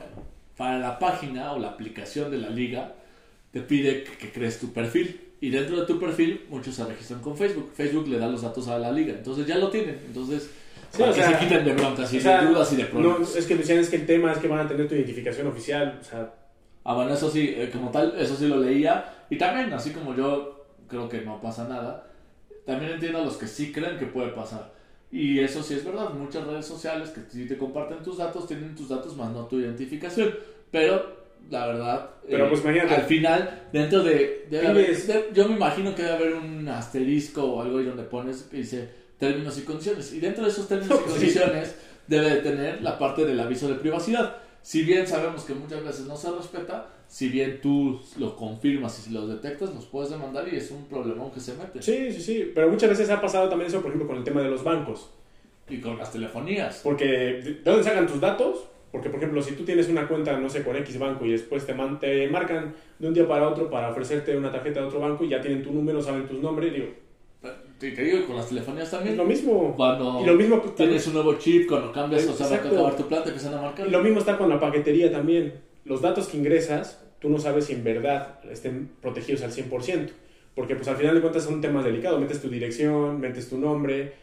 Para la página o la aplicación de la liga, te pide que, que crees tu perfil. Y dentro de tu perfil, muchos se registran con Facebook. Facebook le da los datos a la liga. Entonces ya lo tienen. Entonces, Sí, para o que sea, se quiten de broncas y O sea, de dudas y de no, problemas. es que decían es que el tema es que van a tener tu identificación oficial, o sea, Ah, bueno, eso sí, eh, como tal, eso sí lo leía. Y también, así como yo creo que no pasa nada, también entiendo a los que sí creen que puede pasar. Y eso sí es verdad. Muchas redes sociales que sí te comparten tus datos, tienen tus datos más no tu identificación. Pero, la verdad, Pero, eh, pues, imagínate. al final, dentro de, debe haber- Pides- de- yo me imagino que debe haber un asterisco o algo ahí donde pones que dice términos y condiciones. Y dentro de esos términos y Sí. condiciones debe de tener la parte del aviso de privacidad. Si bien sabemos que muchas veces no se respeta, si bien tú lo confirmas y lo detectas, nos puedes demandar y es un problemón que se mete. sí, sí, sí, pero muchas veces ha pasado también eso, por ejemplo, con el tema de los bancos, Y con las telefonías. porque ¿de dónde sacan tus datos? Porque, por ejemplo, si tú tienes una cuenta, no sé, con X banco y después te, man- te marcan de un día para otro para ofrecerte una tarjeta de otro banco y ya tienen tu número, saben tus nombres, digo, Te, te digo, y con las telefonías es también. lo mismo. Cuando Y lo mismo también- tienes un nuevo chip, cuando cambias, o sea, va a Exacto. acabar tu plan, te empiezan a marcar. Y lo mismo está con la paquetería también. Los datos que ingresas, tú no sabes si en verdad estén protegidos al cien por ciento. Porque pues al final de cuentas son temas delicados. Metes tu dirección, metes tu nombre.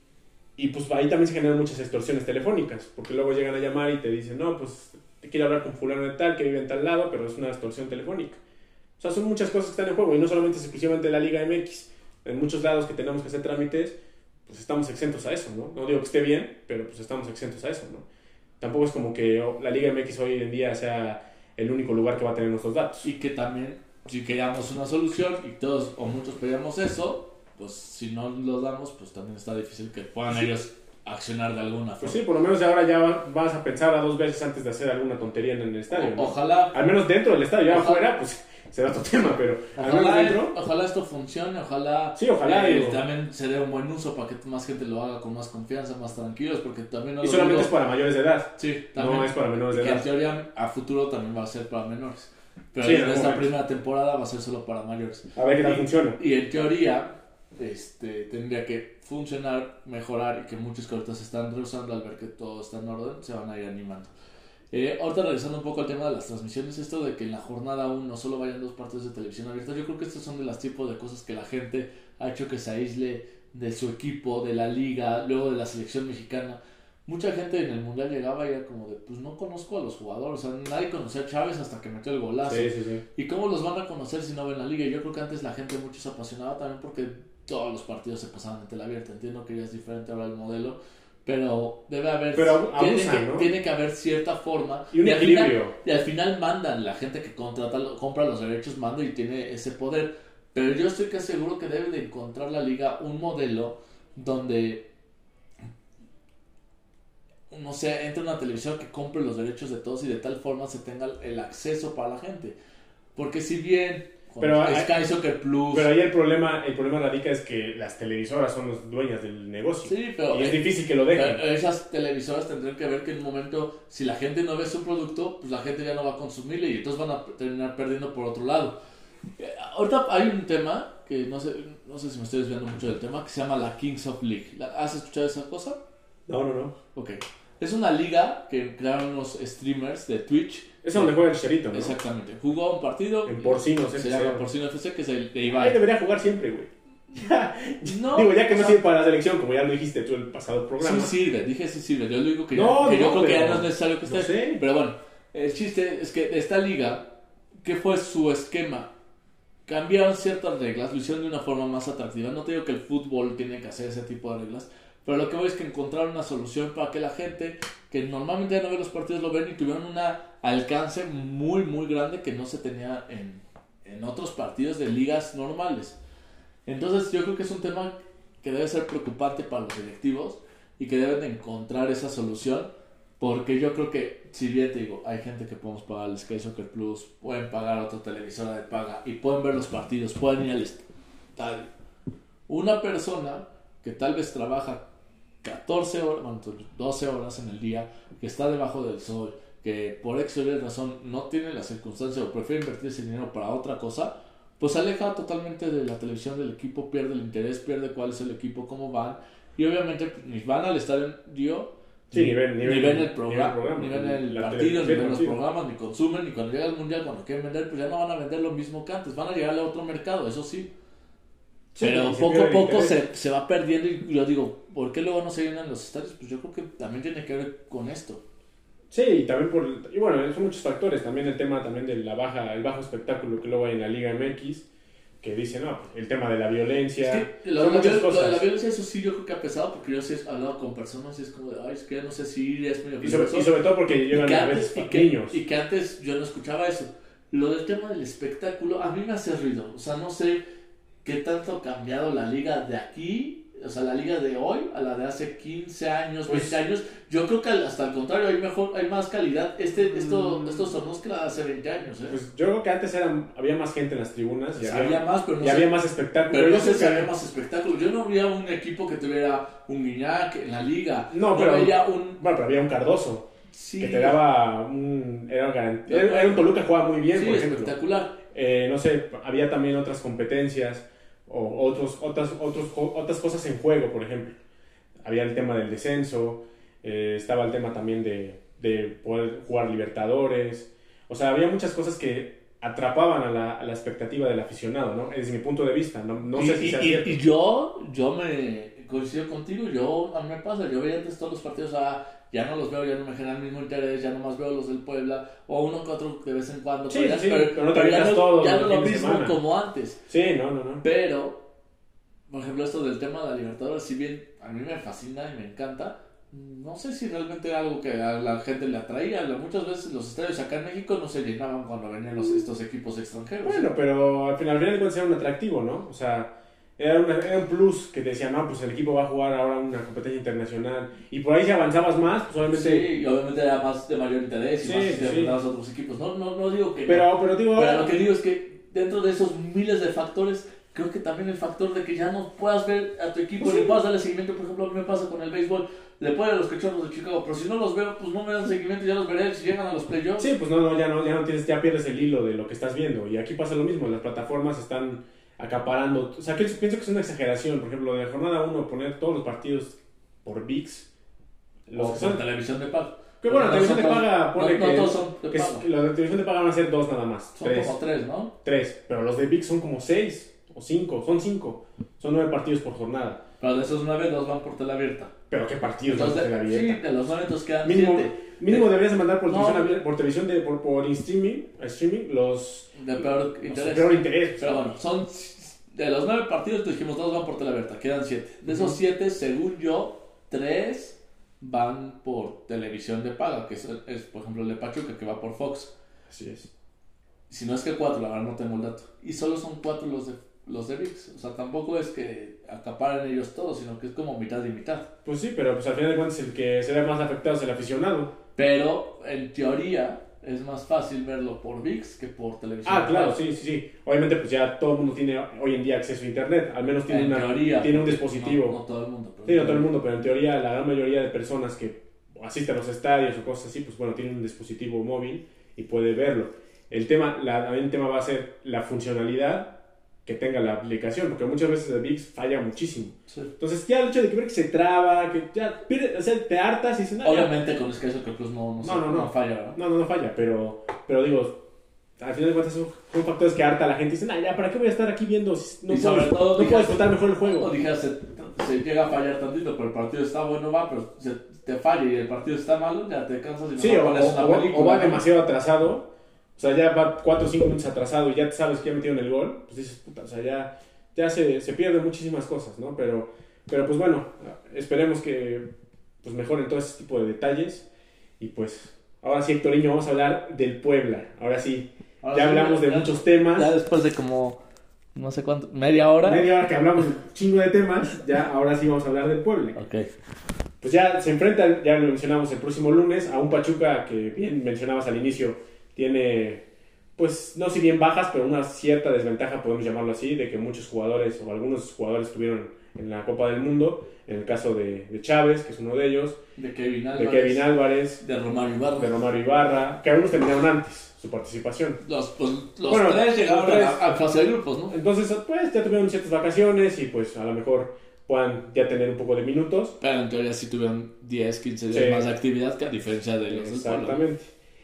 Y pues ahí también se generan muchas extorsiones telefónicas. Porque luego llegan a llamar y te dicen, no, pues te quiero hablar con fulano de tal, que vive en tal lado, pero es una extorsión telefónica. O sea, son muchas cosas que están en juego. Y no solamente es exclusivamente la Liga M X. En muchos lados que tenemos que hacer trámites, pues estamos exentos a eso, ¿no? No digo que esté bien, pero pues estamos exentos a eso, ¿no? Tampoco es como que oh, la Liga M X hoy en día sea el único lugar que va a tener nuestros datos. Y que también, si queríamos una solución y todos o muchos pedíamos eso, pues si no lo damos, pues también está difícil que puedan Sí. ellos accionar de alguna Pues forma. sí, por lo menos ahora ya va- vas a pensar a dos veces antes de hacer alguna tontería en el estadio, O- ¿no? Ojalá, Al menos dentro del estadio, ya Ojalá. afuera, pues será otro tema, pero al menos ojalá, dentro... ojalá esto funcione, ojalá, Sí, ojalá, eh, digo. también se dé un buen uso para que más gente lo haga con más confianza, más tranquilos, porque también no Y lo solamente digo- es para mayores de edad. Sí, también. No es para menores de Que en edad. teoría a futuro también va a ser para menores. Pero Sí, en en algún esta momento. primera temporada va a ser solo para mayores. A ver qué tal Y- funciona. Y en teoría este, tendría que funcionar, mejorar y que muchos que ahorita se están rehusando al ver que todo está en orden, se van a ir animando. Eh, ahorita regresando un poco al tema de las transmisiones, esto de que en la jornada uno solo vayan dos partidos de televisión abierta, yo creo que estos son de los tipos de cosas que la gente ha hecho que se aísle de su equipo, de la liga, luego de la selección mexicana, mucha gente en el Mundial llegaba y era como de, pues no conozco a los jugadores, o sea, nadie conocía a Chávez hasta que metió el golazo. Sí, sí, sí. ¿Y cómo los van a conocer si no ven la liga? Y yo creo que antes la gente mucho se apasionaba también porque todos los partidos se pasaban en tele abierta. Entiendo que ya es diferente ahora el modelo, pero debe haber, pero tiene, abusan, que, ¿no? tiene que haber cierta forma. Y un y al equilibrio. Final, y al final mandan, la gente que contrata, compra los derechos manda y tiene ese poder. Pero yo estoy casi seguro que debe de encontrar la liga un modelo donde, no sé, entre una televisión que compre los derechos de todos y de tal forma se tenga el acceso para la gente. Porque si bien con pero Sky hay, Soccer Plus... Pero ahí el problema, el problema radica es que las televisoras son los dueñas del negocio. Sí, pero... Y es eh, difícil que lo dejen. Esas televisoras tendrán que ver que en un momento, si la gente no ve su producto, pues la gente ya no va a consumirle y entonces van a terminar perdiendo por otro lado. Eh, ahorita hay un tema que no sé, no sé si me estoy desviando mucho del tema, que se llama la Kings of League. ¿Has escuchado esa cosa? No, no, no. Ok. Es una liga que crearon unos streamers de Twitch. Es donde juega el Chicharito, ¿no? Exactamente. Jugó un partido. En Porcinos Se F C. llama Porcino F C, que es el de Ibai. Ahí debería jugar siempre, güey. No, Digo, ya que o no sea, sirve para la selección, como ya lo dijiste tú en el pasado programa. Sí sirve, dije sí sirve. Yo digo que, No, ya, que no, yo creo que pero- ya no es necesario que esté. no sé. Pero bueno, el chiste es que de esta liga, ¿qué fue su esquema? Cambiaron ciertas reglas, lo hicieron de una forma más atractiva. No te digo que el fútbol tiene que hacer ese tipo de reglas, pero lo que voy es que encontraron una solución para que la gente que normalmente ya no ve los partidos lo ven y tuvieron un alcance muy muy grande que no se tenía en, en otros partidos de ligas normales. Entonces yo creo que es un tema que debe ser preocupante para los directivos y que deben de encontrar esa solución, porque yo creo que, si bien te digo, hay gente que podemos pagar el Sky Soccer Plus, pueden pagar otra televisora de paga y pueden ver los partidos, pueden ir al estadio. Una persona que tal vez trabaja catorce horas, bueno, doce horas en el día, que está debajo del sol, que por X o Y razón no tiene la circunstancia o prefiere invertir ese dinero para otra cosa, pues se aleja totalmente de la televisión del equipo, pierde el interés, pierde cuál es el equipo, cómo van, y obviamente ni van al estadio, Sí, ni, ni ven, ni ni ven- ven el ni ven el programa, programa, ni ven el la partido, tele- ni ven ven los partido. programas, ni consumen, ni cuando llega el mundial, cuando quieren vender, pues ya no van a vender lo mismo que antes, van a llegar a otro mercado, eso sí. Sí, Pero y se poco pierde a el poco interés. se, se va perdiendo y yo digo, ¿por qué luego no se llenan los estadios? Pues yo creo que también tiene que ver con esto. Sí, y también por... Y bueno, son muchos factores. También el tema también de la baja, el bajo espectáculo que luego hay en la Liga M X, que dice, no, pues, el tema de la violencia... Es que lo, son lo- muchas lo de cosas. la violencia, eso sí, yo creo que ha pesado porque yo sí he hablado con personas y es como de, ay, es que no sé si es medio Y sobre, peligroso. y sobre todo porque Y llegan que a antes- veces y que- niños. y que antes yo no escuchaba eso. Lo del tema del espectáculo, a mí me hace ruido. O sea, no sé qué tanto ha cambiado la liga de aquí, o sea, la liga de hoy a la de hace quince años, Pues- veinte años. Yo creo que hasta el contrario, hay mejor, hay más calidad este, esto, Mm. estos torneos que la de hace veinte años. ¿eh? Pues yo creo que antes eran, había más gente en las tribunas y, Pues había, había más, pero no y sé- había más espectáculo. Pero no yo sé creo si que- había más espectáculo. Yo no veía un equipo que tuviera un Guiñac en la liga. No, pero- veía un... Bueno, pero había un Cardoso Sí, que te daba un... Era, garant- era, era un Toluca que jugaba muy bien, sí, por ejemplo. espectacular. Eh, no sé, había también otras competencias o otros, otras, otros, otras cosas en juego, por ejemplo. Había el tema del descenso, eh, estaba el tema también de, de poder jugar Libertadores. O sea, había muchas cosas que atrapaban a la, a la expectativa del aficionado, ¿no? Desde mi punto de vista. No, no y, sé si y- sea y- cierto. y yo, yo me coincido contigo. Yo, a mí me pasa. Yo veía antes todos los partidos, ah, ya no los veo, ya no me generan el mismo interés, ya nomás veo los del Puebla, o uno que otro de vez en cuando. Sí, pero, ya- sí, pero- pero no te pero ya avientas no, todos ya los no lo fines de mismo semana. como antes. Sí, no, no, no. Pero, por ejemplo, esto del tema de la Libertadores, si bien a mí me fascina y me encanta, no sé si realmente era algo que a la gente le atraía. La- Muchas veces los estadios acá en México no se llenaban cuando venían los, estos equipos extranjeros. Bueno, pero al final, al final de cuentas era un atractivo, ¿no? O sea, era, una- era un plus que te decían, no, pues el equipo va a jugar ahora una competencia internacional. Y por ahí si avanzabas más, pues obviamente... Sí, y obviamente era más de mayor interés y Sí, más si sí, te sí. enfrentabas a otros equipos. No, no, no digo que no. Pero, pero digo... Pero lo que digo es que dentro de esos miles de factores, creo que también el factor de que ya no puedas ver a tu equipo, Pues le sí. puedas darle seguimiento. Por ejemplo, a mí me pasa con el béisbol, le puedo a los Cachorros de Chicago, pero si no los veo, pues no me dan seguimiento, ya los veré si llegan a los playoffs. Sí, pues no, no, ya no, ya no tienes, ya pierdes el hilo de lo que estás viendo. Y aquí pasa lo mismo, las plataformas están acaparando. O sea, que pienso que es una exageración. Por ejemplo, de jornada uno poner todos los partidos por V I X. Los O que por son... televisión de pago. Que bueno, No, la televisión son de paga todos- pone no, que... no todos son de que es- pago. los de televisión de paga van a ser dos nada más. Son tres. como tres, ¿no? Tres. Pero los de V I X son como seis o cinco. Son cinco. Son nueve partidos por jornada. Pero de esos nueve, dos van por tele abierta. Pero qué partidos Entonces, van por tele abierta. Sí, de los nueve entonces quedan Mínimo, siete. mínimo de, deberías de mandar por no, televisión, abierta, por, televisión de, por, por streaming, streaming los de peor los interés. de peor interés. Pero bueno, son de los nueve partidos, te dijimos, dos van por tele abierta, quedan siete. De esos Uh-huh. siete, según yo, tres van por televisión de paga, que es, es por ejemplo el de Pachuca, que va por Fox. Así es. Si no es que cuatro, la verdad no tengo el dato. Y solo son cuatro los de los de V I X. O sea, tampoco es que acaparen ellos todos, sino que es como mitad y mitad. Pues sí, pero pues al final de cuentas el que se ve más afectado es el aficionado. Pero en teoría es más fácil verlo por V I X que por televisión. Ah, claro, sí, sí, sí. Obviamente pues ya todo el mundo tiene hoy en día acceso a internet, al menos tiene, En una, teoría, tiene un dispositivo. No, no todo el mundo. Pero Sí, no todo el mundo, pero en teoría la gran mayoría de personas que asisten a los estadios o cosas así, pues bueno, tienen un dispositivo móvil y puede verlo. El tema, la, el tema va a ser la funcionalidad que tenga la aplicación, porque muchas veces el V I X falla muchísimo. Sí. Entonces ya el hecho de que ver que se traba, que ya pierde, o sea, te hartas y dices, no, Obviamente ya. con Sky Soccer Plus no, no, No, no, no. no falla, ¿verdad? No, no, no falla, pero, pero digo, al final de cuentas son, son factores que harta a la gente y dicen, ah, ya, ¿para qué voy a estar aquí viendo? Si no Y puedo, sobre todo, no digas- puedo disfrutar mejor el juego. O dijeras, se, se llega a fallar tantito, pero el partido está bueno, va, pero se te falla y el partido está malo, ya te cansas y Sí, mejor o, pones una o- o- película. o va ¿no? demasiado atrasado, o sea, ya va cuatro o cinco minutos atrasado y ya sabes que ya metieron el gol, pues dices, puta, o sea, ya, ya se, se pierden muchísimas cosas, ¿no? Pero, pero pues bueno, esperemos que pues mejoren todo ese tipo de detalles y pues, ahora sí, Hectorinho, vamos a hablar del Puebla, ahora sí, Ahora ya sí, hablamos de ya- muchos temas. Ya después de como, no sé cuánto, media hora. Media hora que hablamos de un chingo de temas, ya ahora sí vamos a hablar del Puebla. Ok. Pues ya se enfrenta, ya lo mencionamos el próximo lunes, a un Pachuca que bien mencionabas al inicio, tiene, pues no si bien bajas, pero una cierta desventaja, podemos llamarlo así, de que muchos jugadores o algunos jugadores estuvieron en la Copa del Mundo, en el caso de, de Chávez, que es uno de ellos, De Kevin de Álvarez. Kevin Álvarez, De Romario Ibarra. de Romario Ibarra, que algunos terminaron antes su participación. Los, pues, los Bueno, tres llegaron los tres. a, a fase de grupos, ¿no? Entonces, pues ya tuvieron ciertas vacaciones y pues a lo mejor puedan ya tener un poco de minutos. Pero en teoría sí tuvieron diez, quince días Sí. más de actividad que a diferencia de los del Puebla. Exactamente.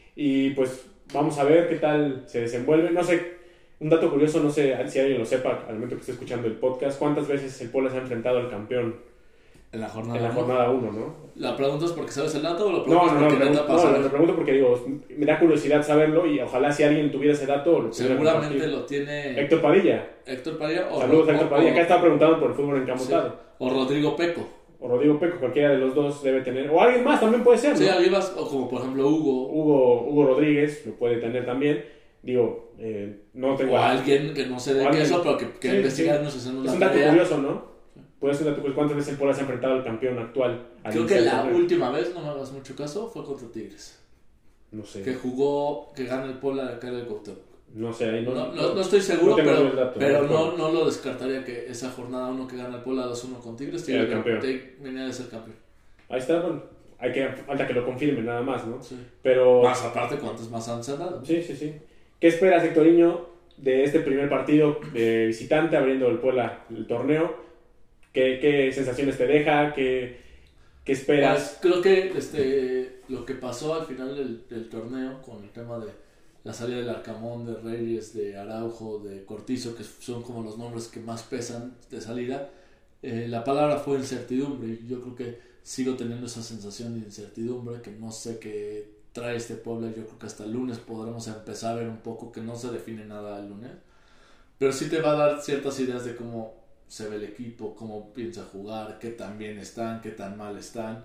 Y pues vamos a ver qué tal se desenvuelve. No sé, un dato curioso, no sé si alguien lo sepa al momento que esté escuchando el podcast, ¿cuántas veces el Puebla se ha enfrentado al campeón En la jornada. en la ¿no? jornada uno, no? ¿La pregunta es porque sabes el dato o lo No, preguntas no, no, porque lo neta pregunto, pasa? no, lo pregunto porque digo, me da curiosidad saberlo y ojalá si alguien tuviera ese dato lo pudiera Seguramente compartir. lo tiene Héctor Padilla. Héctor Padilla o, Saludos a o- Héctor Padilla. o- Acá estaba preguntando por el fútbol sí, encamotado. o Rodrigo Peco. O Rodrigo Peco, cualquiera de los dos debe tener. O alguien más también puede ser, ¿no? Sí, Alivas, o como por ejemplo Hugo. Hugo, Hugo Rodríguez lo puede tener también. Digo, eh, no tengo... O alguien que no sé de O qué alguien- eso, pero que, que Sí, investigarnos sí. haciendo Es una un dato tarea. curioso, ¿no? Puede ser un dato curioso. ¿Cuántas veces el Puebla se ha enfrentado al campeón actual? Al Creo que iniciar el la torneo? última vez, no me hagas mucho caso, fue contra Tigres. No sé. Que jugó, que gana el Puebla de acá del Cuauhtémoc. No sé, ahí no... No, no, no estoy seguro, no tengo pero, el dato, pero no no, no lo descartaría que esa jornada uno que gana el Puebla dos uno con Tigres, Era el Tigres campeón. te- venía de ser campeón. Ahí está, bueno. Hay que, falta que lo confirmen nada más, ¿no? Sí. Pero... Más aparte, ¿cuántos más han cerrado? Sí, sí, sí. ¿Qué esperas, Hectorinho, de este primer partido de visitante abriendo el Puebla el torneo? ¿Qué, qué sensaciones te deja? ¿Qué, qué esperas? Pues, creo que este, lo que pasó al final del, del torneo con el tema de la salida del Arcamón, de Reyes, de Araujo, de Cortizo, que son como los nombres que más pesan de salida, eh, la palabra fue incertidumbre. Y yo creo que sigo teniendo esa sensación de incertidumbre, que no sé qué trae este Puebla. Yo creo que hasta el lunes podremos empezar a ver un poco, que no se define nada el lunes, pero sí te va a dar ciertas ideas de cómo se ve el equipo, cómo piensa jugar, qué tan bien están, qué tan mal están.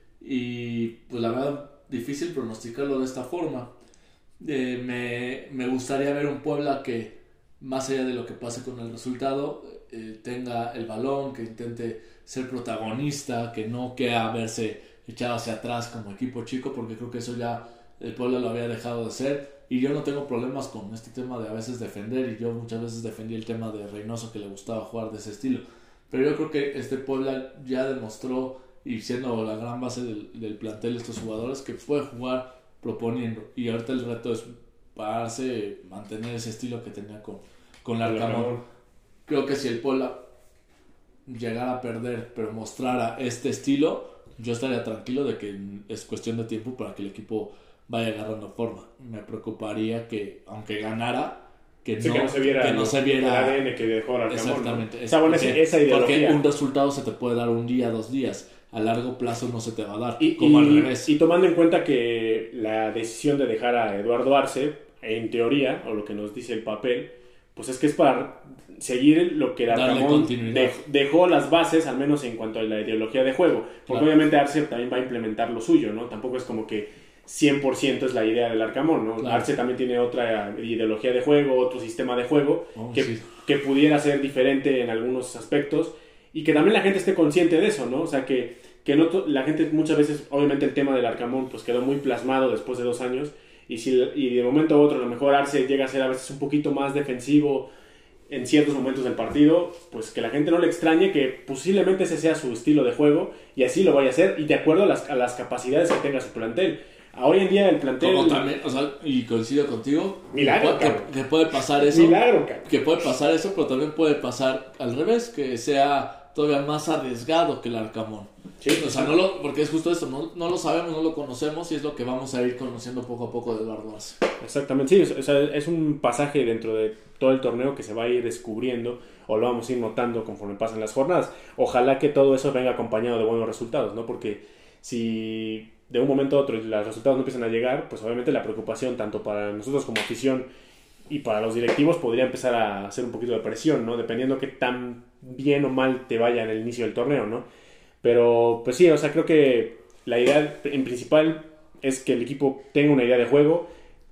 Y pues la verdad, difícil pronosticarlo de esta forma. Eh, me, me gustaría ver un Puebla que, más allá de lo que pase con el resultado, eh, tenga el balón, que intente ser protagonista, que no quiera verse echado hacia atrás como equipo chico, porque creo que eso ya el Puebla lo había dejado de ser. Y yo no tengo problemas con este tema de a veces defender, y yo muchas veces defendí el tema de Reynoso, que le gustaba jugar de ese estilo. Pero yo creo que este Puebla ya demostró, y siendo la gran base del, del plantel de estos jugadores, que puede jugar proponiendo. Y ahorita el reto es pararse, mantener ese estilo que tenía con, con Larcamón. Creo que si el Puebla llegara a perder, pero mostrara este estilo, yo estaría tranquilo de que es cuestión de tiempo para que el equipo vaya agarrando forma. Me preocuparía que, aunque ganara, que, sí, no, que no se viera, que no no, se viera el A D N que dejó el Arcamón. Exactamente. ¿no? O sea, bueno, porque, esa ideología. Porque un resultado se te puede dar un día, dos días. A largo plazo no se te va a dar, y, como y, al revés. Y tomando en cuenta que la decisión de dejar a Eduardo Arce, en teoría, o lo que nos dice el papel, pues es que es para seguir lo que el Arcamón de, dejó las bases, al menos en cuanto a la ideología de juego. Porque claro, obviamente Arce también va a implementar lo suyo, ¿no? Tampoco es como que cien por ciento es la idea del Arcamón, ¿no? Claro. Arce también tiene otra ideología de juego, otro sistema de juego, oh, que, sí. que pudiera ser diferente en algunos aspectos, y que también la gente esté consciente de eso, ¿no? O sea, que, que no la gente muchas veces, obviamente el tema del Arcamón pues quedó muy plasmado después de dos años, y, si, y de momento a otro a lo mejor Arce llega a ser a veces un poquito más defensivo en ciertos momentos del partido, pues que la gente no le extrañe que posiblemente ese sea su estilo de juego, y así lo vaya a hacer, y de acuerdo a las, a las capacidades que tenga su plantel. Hoy en día el plantel... Como también, o sea, y coincido contigo, milagro, que, puede, que, que puede pasar eso, milagro, que puede pasar eso, pero también puede pasar al revés, que sea todavía más arriesgado que el Arcamón. Sí, o sea, no lo, porque es justo eso, no, no lo sabemos, no lo conocemos, y es lo que vamos a ir conociendo poco a poco de Eduardo Arce. Exactamente, sí, o sea, es un pasaje dentro de todo el torneo que se va a ir descubriendo, o lo vamos a ir notando conforme pasan las jornadas. Ojalá que todo eso venga acompañado de buenos resultados, ¿no? Porque si de un momento a otro los resultados no empiezan a llegar, pues obviamente la preocupación tanto para nosotros como afición y para los directivos podría empezar a hacer un poquito de presión, ¿no? Dependiendo qué tan bien o mal te vaya en el inicio del torneo, ¿no? Pero pues sí, o sea, creo que la idea en principal es que el equipo tenga una idea de juego,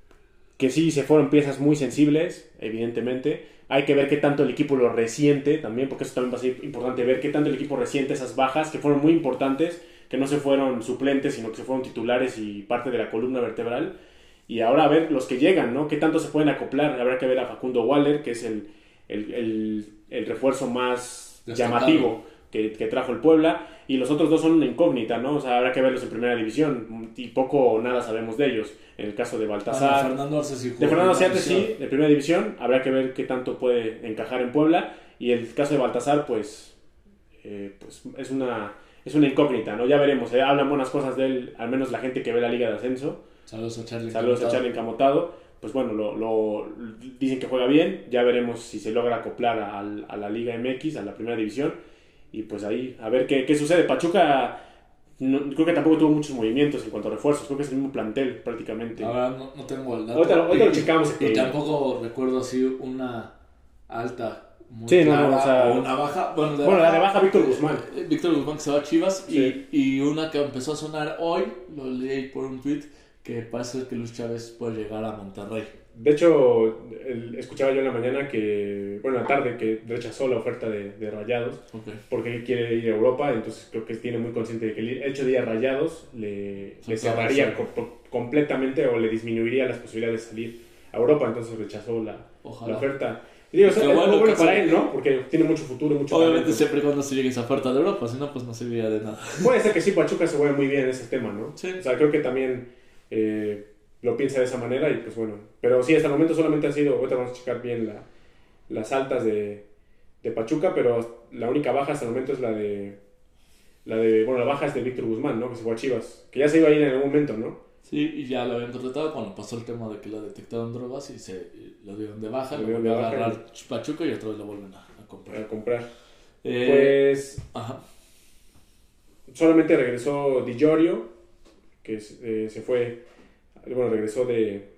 que sí se fueron piezas muy sensibles, evidentemente. Hay que ver qué tanto el equipo lo resiente también, porque eso también va a ser importante, ver qué tanto el equipo resiente esas bajas que fueron muy importantes, que no se fueron suplentes, sino que se fueron titulares y parte de la columna vertebral. Y ahora a ver los que llegan, ¿no? Qué tanto se pueden acoplar. Habrá que ver a Facundo Waller, que es el, el, el, el refuerzo más Destacado. llamativo que, que trajo el Puebla. Y los otros dos son una incógnita, ¿no? O sea, habrá que verlos en primera división. Y poco o nada sabemos de ellos. En el caso de Baltasar. Ah, de Fernando Arce sí. De Fernando Arce sí, de primera división. Habrá que ver qué tanto puede encajar en Puebla. Y el caso de Baltasar, pues, eh, pues es una... es una incógnita, ¿no? Ya veremos, ¿eh? Hablan buenas cosas de él, al menos la gente que ve la Liga de Ascenso. Saludos a Charlie Saludos a Charlie Encamotado. Pues bueno, lo, lo, dicen que juega bien. Ya veremos si se logra acoplar a, a la Liga M X, a la primera división. Y pues ahí, a ver qué, qué sucede. Pachuca, no, creo que tampoco tuvo muchos movimientos en cuanto a refuerzos. Creo que es el mismo plantel prácticamente. Ahora no, no tengo el dato. Ahorita, ahorita lo checamos. Y tampoco recuerdo así una alta... Muy sí, no, clara, no, o sea, o una baja. Bueno, de bueno baja, la de baja Víctor Guzmán. Víctor Guzmán que se va a Chivas. Sí. Y, y una que empezó a sonar hoy, lo leí por un tweet, que parece que Luis Chávez puede llegar a Monterrey. De hecho, el, escuchaba yo en la mañana que, bueno, en la tarde, que rechazó la oferta de, de Rayados, okay. porque él quiere ir a Europa. Entonces creo que tiene muy consciente de que el hecho de ir a Rayados le, le cerraría co- completamente o le disminuiría las posibilidades de salir a Europa. Entonces rechazó la, la oferta. Y digo, o sea, es bueno, muy bueno para él, ¿no? Porque tiene mucho futuro, mucho obviamente talento. Siempre y cuando se llegue esa oferta de Europa, si no, pues no serviría de nada. Puede ser que sí, Pachuca se mueve muy bien en ese tema, ¿no? Sí. O sea, creo que también eh, lo piensa de esa manera y pues bueno. Pero sí, hasta el momento solamente han sido, ahorita vamos a checar bien la, las altas de, de Pachuca, pero la única baja hasta el momento es la de, la de, bueno, la baja es de Víctor Guzmán, ¿no? Que se fue a Chivas, que ya se iba a ir en algún momento, ¿no? Sí, y ya lo habían contratado cuando pasó el tema de que lo detectaron drogas y se lo dieron de baja, lo, lo volvió a agarrar y... Pachuca y otra vez lo vuelven a, a comprar. A comprar. Eh, pues ajá. Solamente regresó Di Giorgio, que eh, se fue, bueno, regresó de...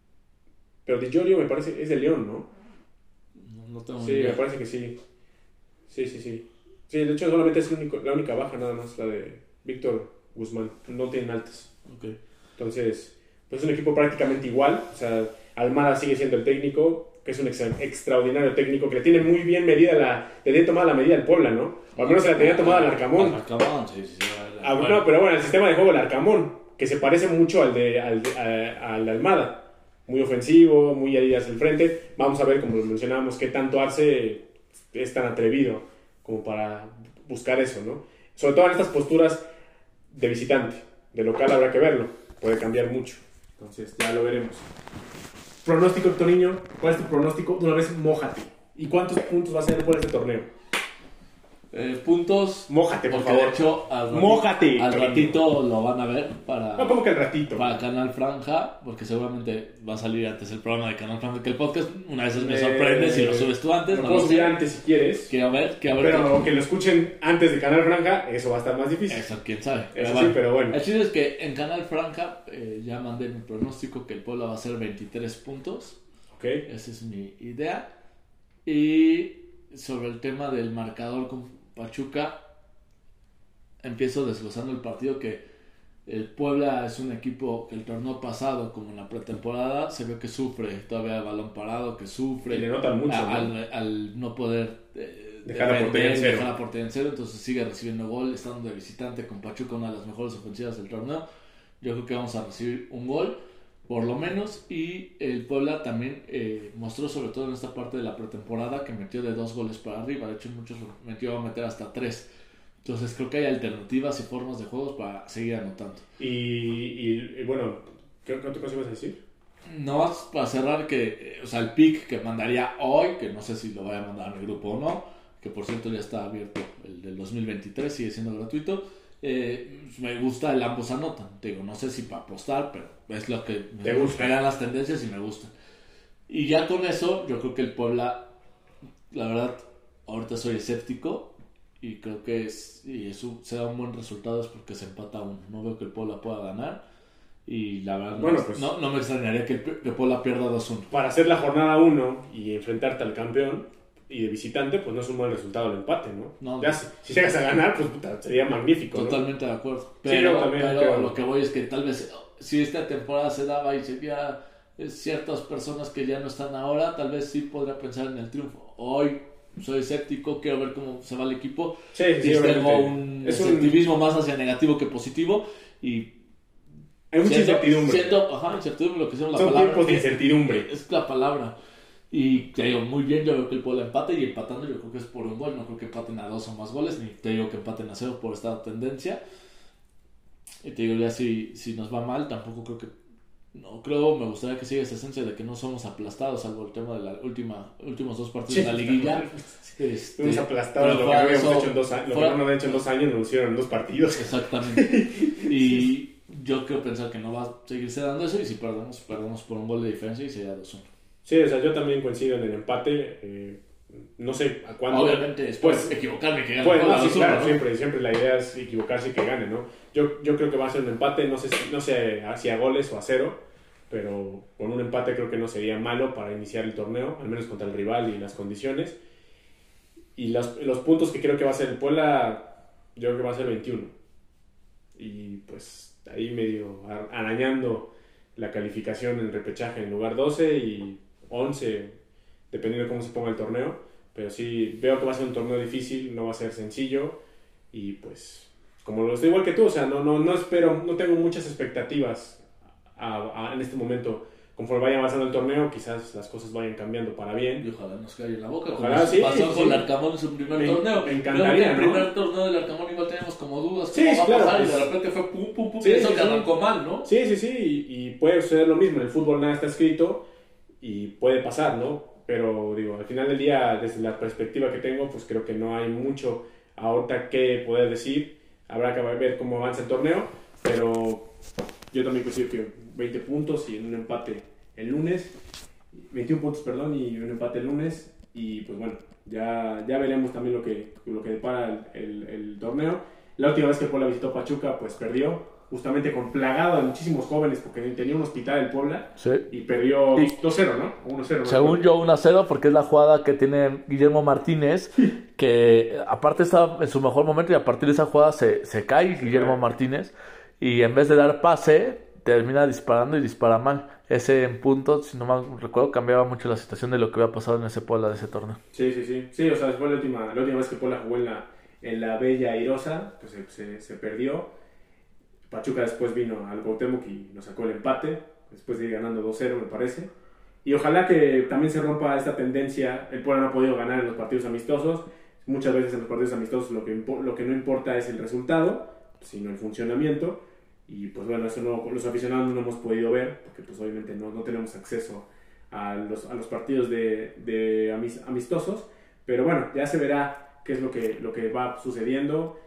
Pero Di Giorgio me parece, es de León, ¿no? No, no tengo Sí, me parece que sí. Sí, sí, sí. Sí, de hecho solamente es el único, la única baja nada más, la de Víctor Guzmán. No tienen altas. Okay. Entonces, pues es un equipo prácticamente igual. O sea, Almada sigue siendo el técnico, que es un extra, extraordinario técnico, que le tiene muy bien medida la... Le tiene tomada la medida al Puebla, ¿no? O al menos se la tenía tomada al Arcamón. Arcamón, sí, sí. sí ah, bueno. No, pero bueno, el sistema de juego del Arcamón, que se parece mucho al de, al de, a, al de Almada. Muy ofensivo, muy ahí hacia el frente. Vamos a ver, como mencionábamos, qué tanto Arce es tan atrevido como para buscar eso, ¿no? Sobre todo en estas posturas de visitante. De local habrá que verlo. Puede cambiar mucho. Entonces, ya lo veremos. Pronóstico, Hectorinho. ¿Cuál es tu pronóstico? De una vez, mójate. ¿Y cuántos puntos va a ser por este torneo? Eh, puntos. Mójate, por porque favor. De hecho, al, ratito, Mójate. al ratito lo van a ver para, No, ¿cómo que al ratito? para Canal Franja, porque seguramente va a salir antes el programa de Canal Franja que el podcast. Una vez me Eh, sorprende si lo subes tú antes. Lo No puedo lo subir sé. antes si quieres. Quiero ver, quiero ver. Pero qué- que lo escuchen antes de Canal Franja, eso va a estar más difícil. Eso, quién sabe. Eso bueno. sí, pero bueno. El chiste es que en Canal Franja eh, ya mandé mi pronóstico que el Puebla va a ser veintitrés puntos. Ok. Esa es mi idea. Y sobre el tema del marcador con Pachuca, empiezo desglosando el partido que el Puebla es un equipo que el torneo pasado, como en la pretemporada, se ve que sufre todavía balón parado, que sufre Y le notan mucho, a- ¿no? al, al no poder eh, Dejar la portería en cero. dejar la portería en cero, entonces sigue recibiendo gol, estando de visitante con Pachuca, una de las mejores ofensivas del torneo. Yo creo que vamos a recibir un gol por lo menos, y el Puebla también eh, mostró, sobre todo en esta parte de la pretemporada, que metió de dos goles para arriba. De hecho, muchos lo metió a meter hasta tres. Entonces creo que hay alternativas y formas de juegos para seguir anotando. Y, y, y bueno, ¿qué, ¿qué otra cosa ibas a decir? No más para cerrar que, eh, o sea, el pick que mandaría hoy, que no sé si lo vaya a mandar a mi grupo o no, que por cierto ya está abierto, el del dos mil veintitrés, sigue siendo gratuito. Eh, me gusta el ambos anotan. Te digo, no sé si para apostar, pero es lo que ¿Te me gusta? pegan las tendencias y me gusta. Y ya con eso, yo creo que el Puebla, la verdad, ahorita soy escéptico y creo que es, y eso sea un buen resultado es porque se empata uno. No veo que el Puebla pueda ganar y la verdad no, Bueno, pues- no, no me extrañaría que el que Puebla pierda dos uno. Para hacer la jornada uno y enfrentarte al campeón y de visitante, pues no es un buen resultado el empate, ¿no? No. Ya, si, si llegas a ganar, pues puta, sería magnífico, ¿no? Totalmente de acuerdo. Sí, Pero, yo también pero creo. lo que voy es que tal vez si esta temporada se daba y sería eh, ciertas personas que ya no están ahora, tal vez sí podría pensar en el triunfo. Hoy soy escéptico, quiero ver cómo se va el equipo. Sí, sí, Y obviamente. tengo un Es un- escepticismo más hacia negativo que positivo y Hay mucha siento- incertidumbre. siento- ajá, incertidumbre, lo que sea la Son palabra. tiempos de incertidumbre. Es la palabra. Y te digo, muy bien, yo creo que el Puebla empate y empatando yo creo que es por un gol, no creo que empaten a dos o más goles, ni te digo que empaten a cero por esta tendencia. Y te digo, ya si, si nos va mal, tampoco creo que, no creo, me gustaría que siga esa esencia de que no somos aplastados, salvo el tema de la última, últimos dos partidos Sí, de la liguilla. Este, Estuvimos aplastados. pero Lo que fuera no de habíamos eso- hecho en dos años, lo que fuera- no nos han hecho en dos años, nos hicieron en dos partidos. Exactamente. Y yo quiero pensar que no va a seguirse dando eso, y si perdemos, perdemos por un gol de diferencia y sería dos uno. Sí, o sea, yo también coincido en el empate. eh, no sé a cuándo. Obviamente, después Pues- equivocarme que gane Pues, el no, Puebla sí, dos uno, claro, ¿no? siempre, siempre la idea es equivocarse y que gane, ¿no? Yo, yo creo que va a ser un empate, no sé, si- no sé si a goles o a cero, pero con un empate creo que no sería malo para iniciar el torneo, al menos contra el rival y las condiciones. Y los, los puntos que creo que va a ser el Puebla, yo creo que va a ser veintiuno. Y pues ahí medio ar- arañando la calificación en repechaje en lugar doce y once, dependiendo de cómo se ponga el torneo. Pero sí, veo que va a ser un torneo difícil, no va a ser sencillo. Y pues, como lo estoy igual que tú, o sea, no, no, no espero, no tengo muchas expectativas a- a- en este momento. Conforme vaya avanzando el torneo, quizás las cosas vayan cambiando para bien. Y ojalá nos caiga en la boca. Ojalá, como sí, pasó sí. con el Arcamón en su primer Me- torneo. me Creo encantaría, que en el ¿no? primer torneo del Arcamón igual teníamos como dudas. Sí, ¿Cómo va a claro, pasar? pues. Y de repente fue pum, pum, pum. Sí, y eso sí, que sí. arrancó mal, ¿no? Sí, sí, sí, y, y puede suceder lo mismo. En el fútbol nada está escrito y puede pasar, ¿no? Pero digo, al final del día, desde la perspectiva que tengo, pues creo que no hay mucho ahorita que poder decir. Habrá que ver cómo avanza el torneo, pero yo también considero que veinte puntos y en un empate el lunes, veintiún puntos, perdón, y un empate el lunes, y pues bueno, ya, ya veremos también lo que, lo que depara el, el, el torneo. La última vez que Puebla visitó Pachuca, pues perdió, justamente con plagado de muchísimos jóvenes, porque tenía un hospital el Puebla, Sí. y perdió Y- dos cero, ¿no? O uno cero. ¿no? Según yo, uno a cero, porque es la jugada que tiene Guillermo Martínez, que aparte está en su mejor momento y a partir de esa jugada se, se cae Guillermo cae. Martínez y en vez de dar pase, termina disparando y dispara mal. Ese en punto, si no mal recuerdo, cambiaba mucho la situación de lo que había pasado en ese Puebla de ese torneo. Sí, sí, sí. Sí, o sea, fue la última, la última vez que Puebla jugó en la, en la Bella Airosa, pues se, se, se perdió. Pachuca después vino al Cuauhtémoc y nos sacó el empate, después de ir ganando dos cero, me parece. Y ojalá que también se rompa esta tendencia. El Puebla no ha podido ganar en los partidos amistosos. Muchas veces en los partidos amistosos lo que, impo- lo que no importa es el resultado, sino el funcionamiento. Y pues bueno, eso no, los aficionados no lo hemos podido ver, porque pues obviamente no, no tenemos acceso a los, a los partidos de, de amis- amistosos. Pero bueno, ya se verá qué es lo que, lo que va sucediendo,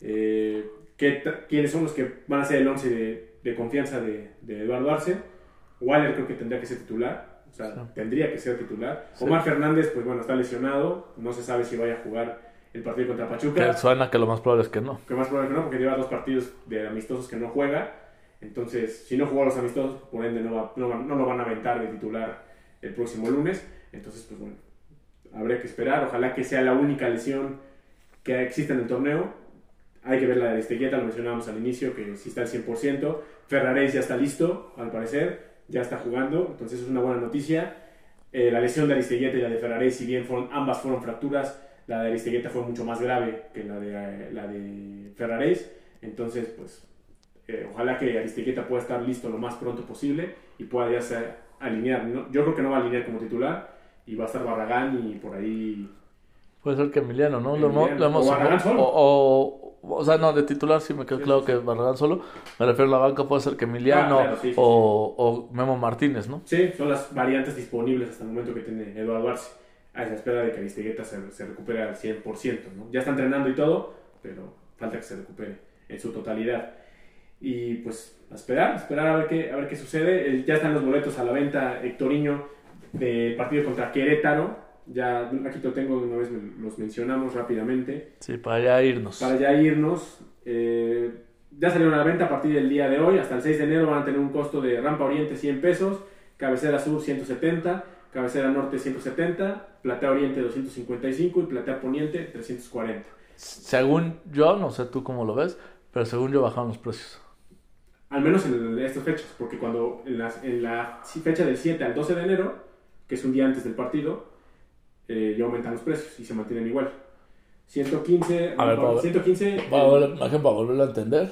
eh, qué, quiénes son los que van a ser el once de, de confianza de, de Eduardo Arce. Waller creo que tendría que ser titular, o sea, sí. tendría que ser titular. Sí. Omar Fernández, pues bueno, está lesionado, no se sabe si vaya a jugar el partido contra Pachuca. Que suena que lo más probable es que no. Que más probable que no, porque lleva dos partidos de amistosos que no juega. Entonces, si no jugó los amistosos, por ende no, va, no, no lo van a aventar de titular el próximo lunes. Entonces, pues bueno, habría que esperar. Ojalá que sea la única lesión que exista en el torneo. Hay que ver la de Aristeguieta, lo mencionábamos al inicio, que sí está al cien por ciento. Ferraréis ya está listo, al parecer, ya está jugando, entonces es una buena noticia. Eh, la lesión de Aristeguieta y la de Ferraréis, si bien fueron, ambas fueron fracturas, la de Aristeguieta fue mucho más grave que la de, eh, la de Ferraréis. Entonces, pues, eh, ojalá que Aristeguieta pueda estar listo lo más pronto posible y pueda ya ser, alinear. ¿no? Yo creo que no va a alinear como titular y va a estar Barragán y por ahí... Puede ser que Emiliano, ¿no? Emiliano. Lo, lo hemos, o Barragán solo. O, o, o sea, no, de titular sí me queda sí, claro sí, que sí. Barragán solo. Me refiero a la banca, puede ser que Emiliano ah, claro, sí, sí, o, sí. o Memo Martínez, ¿no? Sí, son las variantes disponibles hasta el momento que tiene Eduardo Arce. A esa espera de que Aristeguieta se, se recupere al cien por ciento, ¿no? Ya está entrenando y todo, pero falta que se recupere en su totalidad. Y pues a esperar, a esperar a ver qué, a ver qué sucede. El, ya están los boletos a la venta, Hectoriño, del partido contra Querétaro. Ya aquí lo tengo, una vez los mencionamos rápidamente. Sí, para ya irnos. Para ya irnos. Eh, ya salieron a la venta a partir del día de hoy. Hasta el seis de enero van a tener un costo de Rampa Oriente cien pesos, Cabecera Sur ciento setenta, Cabecera Norte ciento setenta, Platea Oriente doscientos cincuenta y cinco y Platea Poniente trescientos cuarenta. Según yo, no sé tú cómo lo ves, pero según yo bajaron los precios. Al menos en estas fechas, porque cuando en, las, en la fecha del siete al doce de enero, que es un día antes del partido, Eh, ya aumentan los precios y se mantienen igual. ciento quince, a ver, para, ciento quince para, eh, para, para volverlo a entender.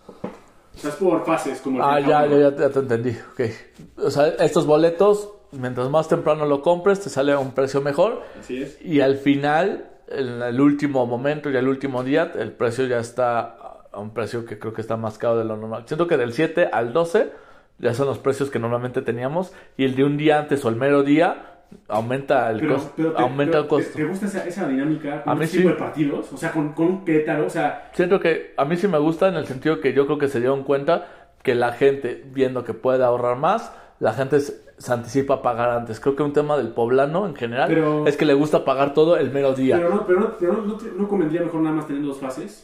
O sea, es por fases. Como el ah, ya, ya, ya, ya te entendí. Okay. O sea, estos boletos, mientras más temprano lo compres, te sale a un precio mejor. Así es. Y al final, en el último momento y el último día, el precio ya está a un precio que creo que está más caro de lo normal. Siento que del siete al doce ya son los precios que normalmente teníamos. Y el de un día antes o el mero día aumenta el pero, costo. Pero te, aumenta pero el costo. ¿Te, te gusta esa, esa dinámica con a mí este sí. tipo de partidos? O sea, con, con un Querétaro, o sea... Siento que a mí sí me gusta en el sentido que yo creo que se dieron cuenta que la gente, viendo que puede ahorrar más, la gente se, se anticipa a pagar antes. Creo que un tema del poblano en general pero, es que le gusta pagar todo el mero día. Pero no, pero no, pero no, no, no convendría mejor nada más tener dos fases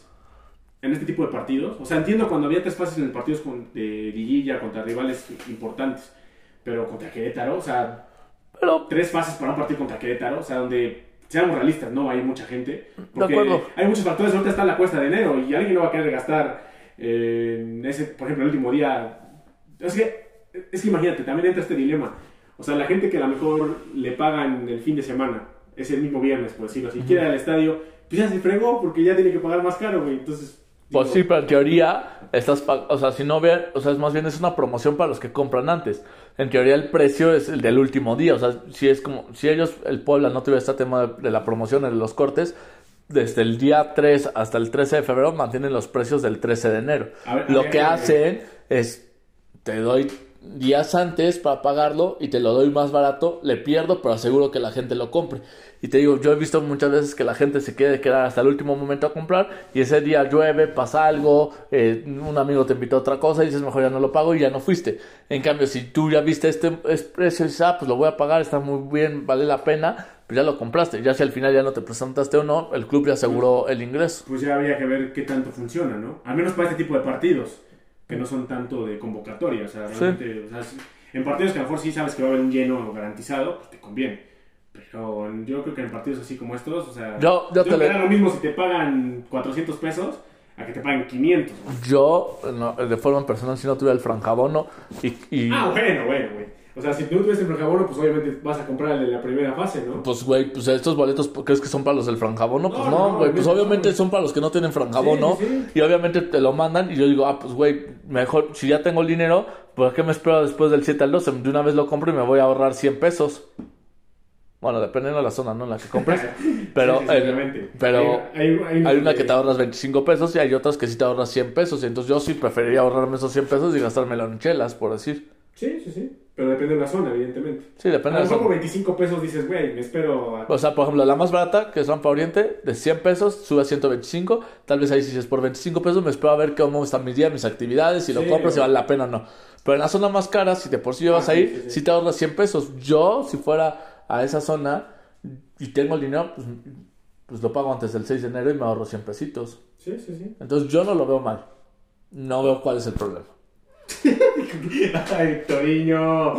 en este tipo de partidos. O sea, entiendo cuando había tres fases en el partidos con, de liguilla contra rivales importantes, pero contra Querétaro, o sea... Pero, tres fases para un partido contra Querétaro, o sea, donde seamos realistas, no hay mucha gente. Porque de acuerdo. Hay muchos factores, ahorita está la cuesta de enero y alguien no va a querer gastar eh, en ese, por ejemplo, el último día. Es que, es que imagínate, también entra este dilema. O sea, la gente que a lo mejor le pagan el fin de semana, es el mismo viernes, por decirlo así, uh-huh. quiere ir al estadio, pues ya se fregó porque ya tiene que pagar más caro, güey. Entonces. Pues sí, pero en teoría, estás, o sea, si no vean, o sea, es más bien es una promoción para los que compran antes. En teoría el precio es el del último día, o sea, si es como, si ellos, el Puebla no tuviera este tema de, de la promoción, de los cortes, desde el día tres hasta el trece de febrero mantienen los precios del trece de enero. A ver, Lo a ver, que a ver, hacen es, te doy días antes para pagarlo y te lo doy más barato, le pierdo, pero aseguro que la gente lo compre. Y te digo, yo he visto muchas veces que la gente se quiere quedar hasta el último momento a comprar y ese día llueve, pasa algo, eh, un amigo te invitó a otra cosa y dices, mejor ya no lo pago y ya no fuiste. En cambio, si tú ya viste este precio y dices, ah, pues lo voy a pagar, está muy bien, vale la pena, pues ya lo compraste. Ya si al final ya no te presentaste o no, el club ya aseguró el ingreso. Pues ya habría que ver qué tanto funciona, ¿no? Al menos para este tipo de partidos, que no son tanto de convocatoria. O sea, realmente, sí. o sea, en partidos que a lo mejor sí sabes que va a haber un lleno garantizado, pues te conviene. Pero yo creo que en partidos así como estos, o sea, yo, yo, yo te le da lo mismo si te pagan cuatrocientos pesos a que te paguen quinientos. ¿no? Yo, no, de forma personal, si no tuviera el franjabono y, y... Ah, bueno, bueno, güey. O sea, si tú no tuvieras el franjabono, pues obviamente vas a comprar el de la primera fase, ¿no? Pues, güey, pues estos boletos, ¿crees que son para los del franjabono? Pues no, güey, no, pues obviamente no. son para los que no tienen franjabono. Sí, sí. Y obviamente te lo mandan y yo digo, ah, pues, güey, mejor, si ya tengo el dinero, ¿por qué me espero después del siete al doce? De una vez lo compro y me voy a ahorrar cien pesos. Bueno, dependiendo de la zona, ¿no? En la que compres. Pero, sí, sí, eh, pero hay, hay, hay, hay una que te ahorras veinticinco pesos y hay otras que sí te ahorras cien pesos. Y entonces yo sí preferiría ahorrarme esos cien pesos y gastármelo en chelas, por decir. Sí, sí, sí. Pero depende de la zona, evidentemente. Sí, depende A de lo la mejor zona. por veinticinco pesos dices, güey, me espero a... O sea, por ejemplo, la más barata, que es Rampa Oriente, de cien pesos, sube a ciento veinticinco. Tal vez ahí si dices, por veinticinco pesos me espero a ver cómo están mis días, mis actividades, si lo Sí, compro, si güey. vale la pena o no. Pero en la zona más cara, si de por sí llevas Ah, ahí, sí, sí, sí. si te ahorras cien pesos. Yo, si fuera a esa zona y tengo el dinero, pues, pues lo pago antes del seis de enero y me ahorro cien pesitos. Sí, sí, sí. Entonces yo no lo veo mal. No veo cuál es el problema. Ay, Hectoriño.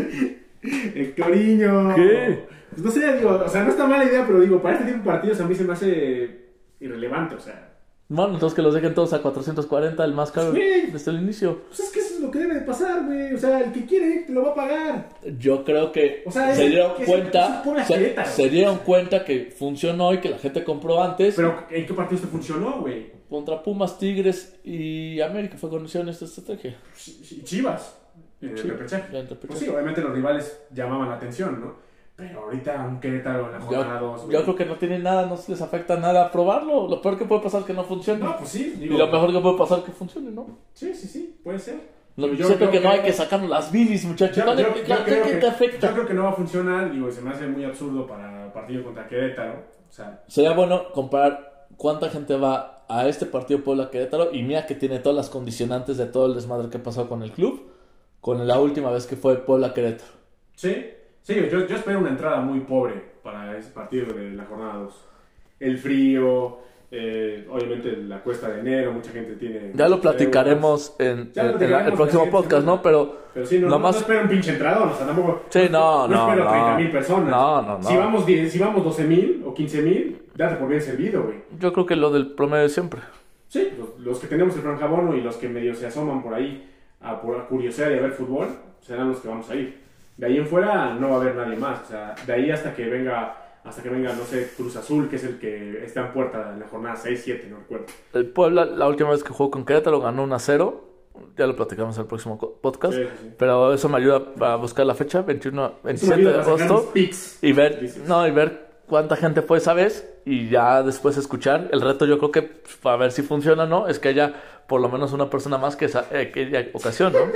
Hectoriño. ¿Qué? Pues no sé, digo, o sea, no está mala idea, pero digo, para este tipo de partidos a mí se me hace irrelevante, o sea. Bueno, entonces que los dejen todos a cuatrocientos cuarenta, el más caro Sí. desde el inicio. Pues es que eso es lo que debe de pasar, güey. O sea, el que quiere te lo va a pagar. Yo creo que O sea, se es- dieron que es- cuenta, es pura se, Querétaro. se dieron cuenta que funcionó y que la gente compró antes. Pero ¿en qué partidos te funcionó, güey? Contra Pumas, Tigres y América fue cuando hicieron esta estrategia. Ch- Chivas. En el Sí, repechaje. en el repechaje. Pues sí, obviamente los rivales llamaban la atención, ¿no? Pero ahorita un Querétaro en la jornada dos, Yo, güey. yo creo que no tiene nada, no se les afecta nada probarlo. Lo peor que puede pasar es que no funcione. No, pues sí. y Digo, lo mejor que puede pasar es que funcione, ¿no? Sí, sí, sí, puede ser. No, Yo- siento yo que no hay creo- que sacarnos las bilis, muchachos. Yo, ¿Cuál yo- es- yo cuál- creo ¿Qué que, te afecta? yo creo que no va a funcionar, digo, se me hace muy absurdo para el partido contra Querétaro. O sea, Sería bueno comparar cuánta gente va a este partido Puebla-Querétaro y mira que tiene todas las condicionantes de todo el desmadre que ha pasado con el club con la última vez que fue Puebla-Querétaro. sí, sí, yo, yo espero una entrada muy pobre para ese partido de la jornada dos. El frío, eh, obviamente la cuesta de enero, mucha gente tiene... Ya lo platicaremos en, Ya lo en- en platicaremos el próximo la siguiente podcast, semana. ¿no? Pero, Pero sí, no, no, nomás... no espero un pinche entrador, o sea, tampoco... Sí, no, no, espero no. treinta mil personas. No, no, no. Si vamos, diez si vamos doce mil o quince mil, date por bien servido, güey. Yo creo que lo del promedio de siempre. Sí, los, los que tenemos el franjabono y los que medio se asoman por ahí a, por, a curiosear y a ver fútbol, serán los que vamos a ir. De ahí en fuera no va a haber nadie más. O sea, de ahí hasta que venga, hasta que venga, no sé, Cruz Azul, que es el que está en puerta en la jornada seis siete, no recuerdo. El Puebla, la última vez que jugó con Querétaro, ganó uno a cero. Ya lo platicamos en el próximo co- podcast. Sí, sí, sí. Pero eso me ayuda a buscar la fecha, veintiuno, Eso me veintisiete ayuda de a sacar mis agosto. picks. Y ver, Dices. no, y ver cuánta gente fue esa vez. Y ya después escuchar. El reto yo creo que, para ver si funciona o no, es que haya por lo menos una persona más que esa eh, aquella ocasión, ¿no?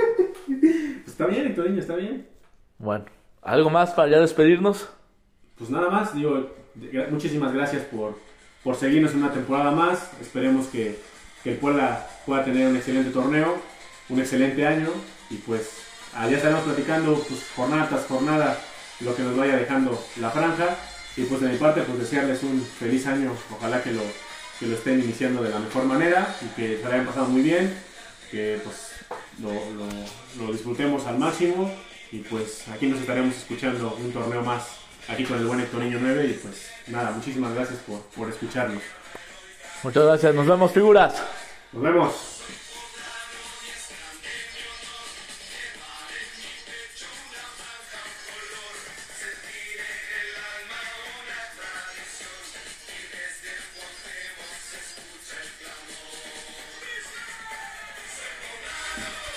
Está bien, Hectorinho, está bien. Bueno, ¿algo más para ya despedirnos? Pues nada más, digo, gra- muchísimas gracias por, por seguirnos en una temporada más. Esperemos que, que el Puebla pueda tener un excelente torneo, un excelente año. Y pues allá estaremos platicando pues, jornada tras jornada lo que nos vaya dejando la franja. Y pues de mi parte, pues desearles un feliz año. Ojalá que lo, que lo estén iniciando de la mejor manera y que se la hayan pasado muy bien. Que pues lo, lo, lo disfrutemos al máximo. Y pues aquí nos estaremos escuchando un torneo más aquí con el buen Hectorinho nueve. Y pues nada, muchísimas gracias por, por escucharnos. Muchas gracias, nos vemos, figuras. Nos vemos.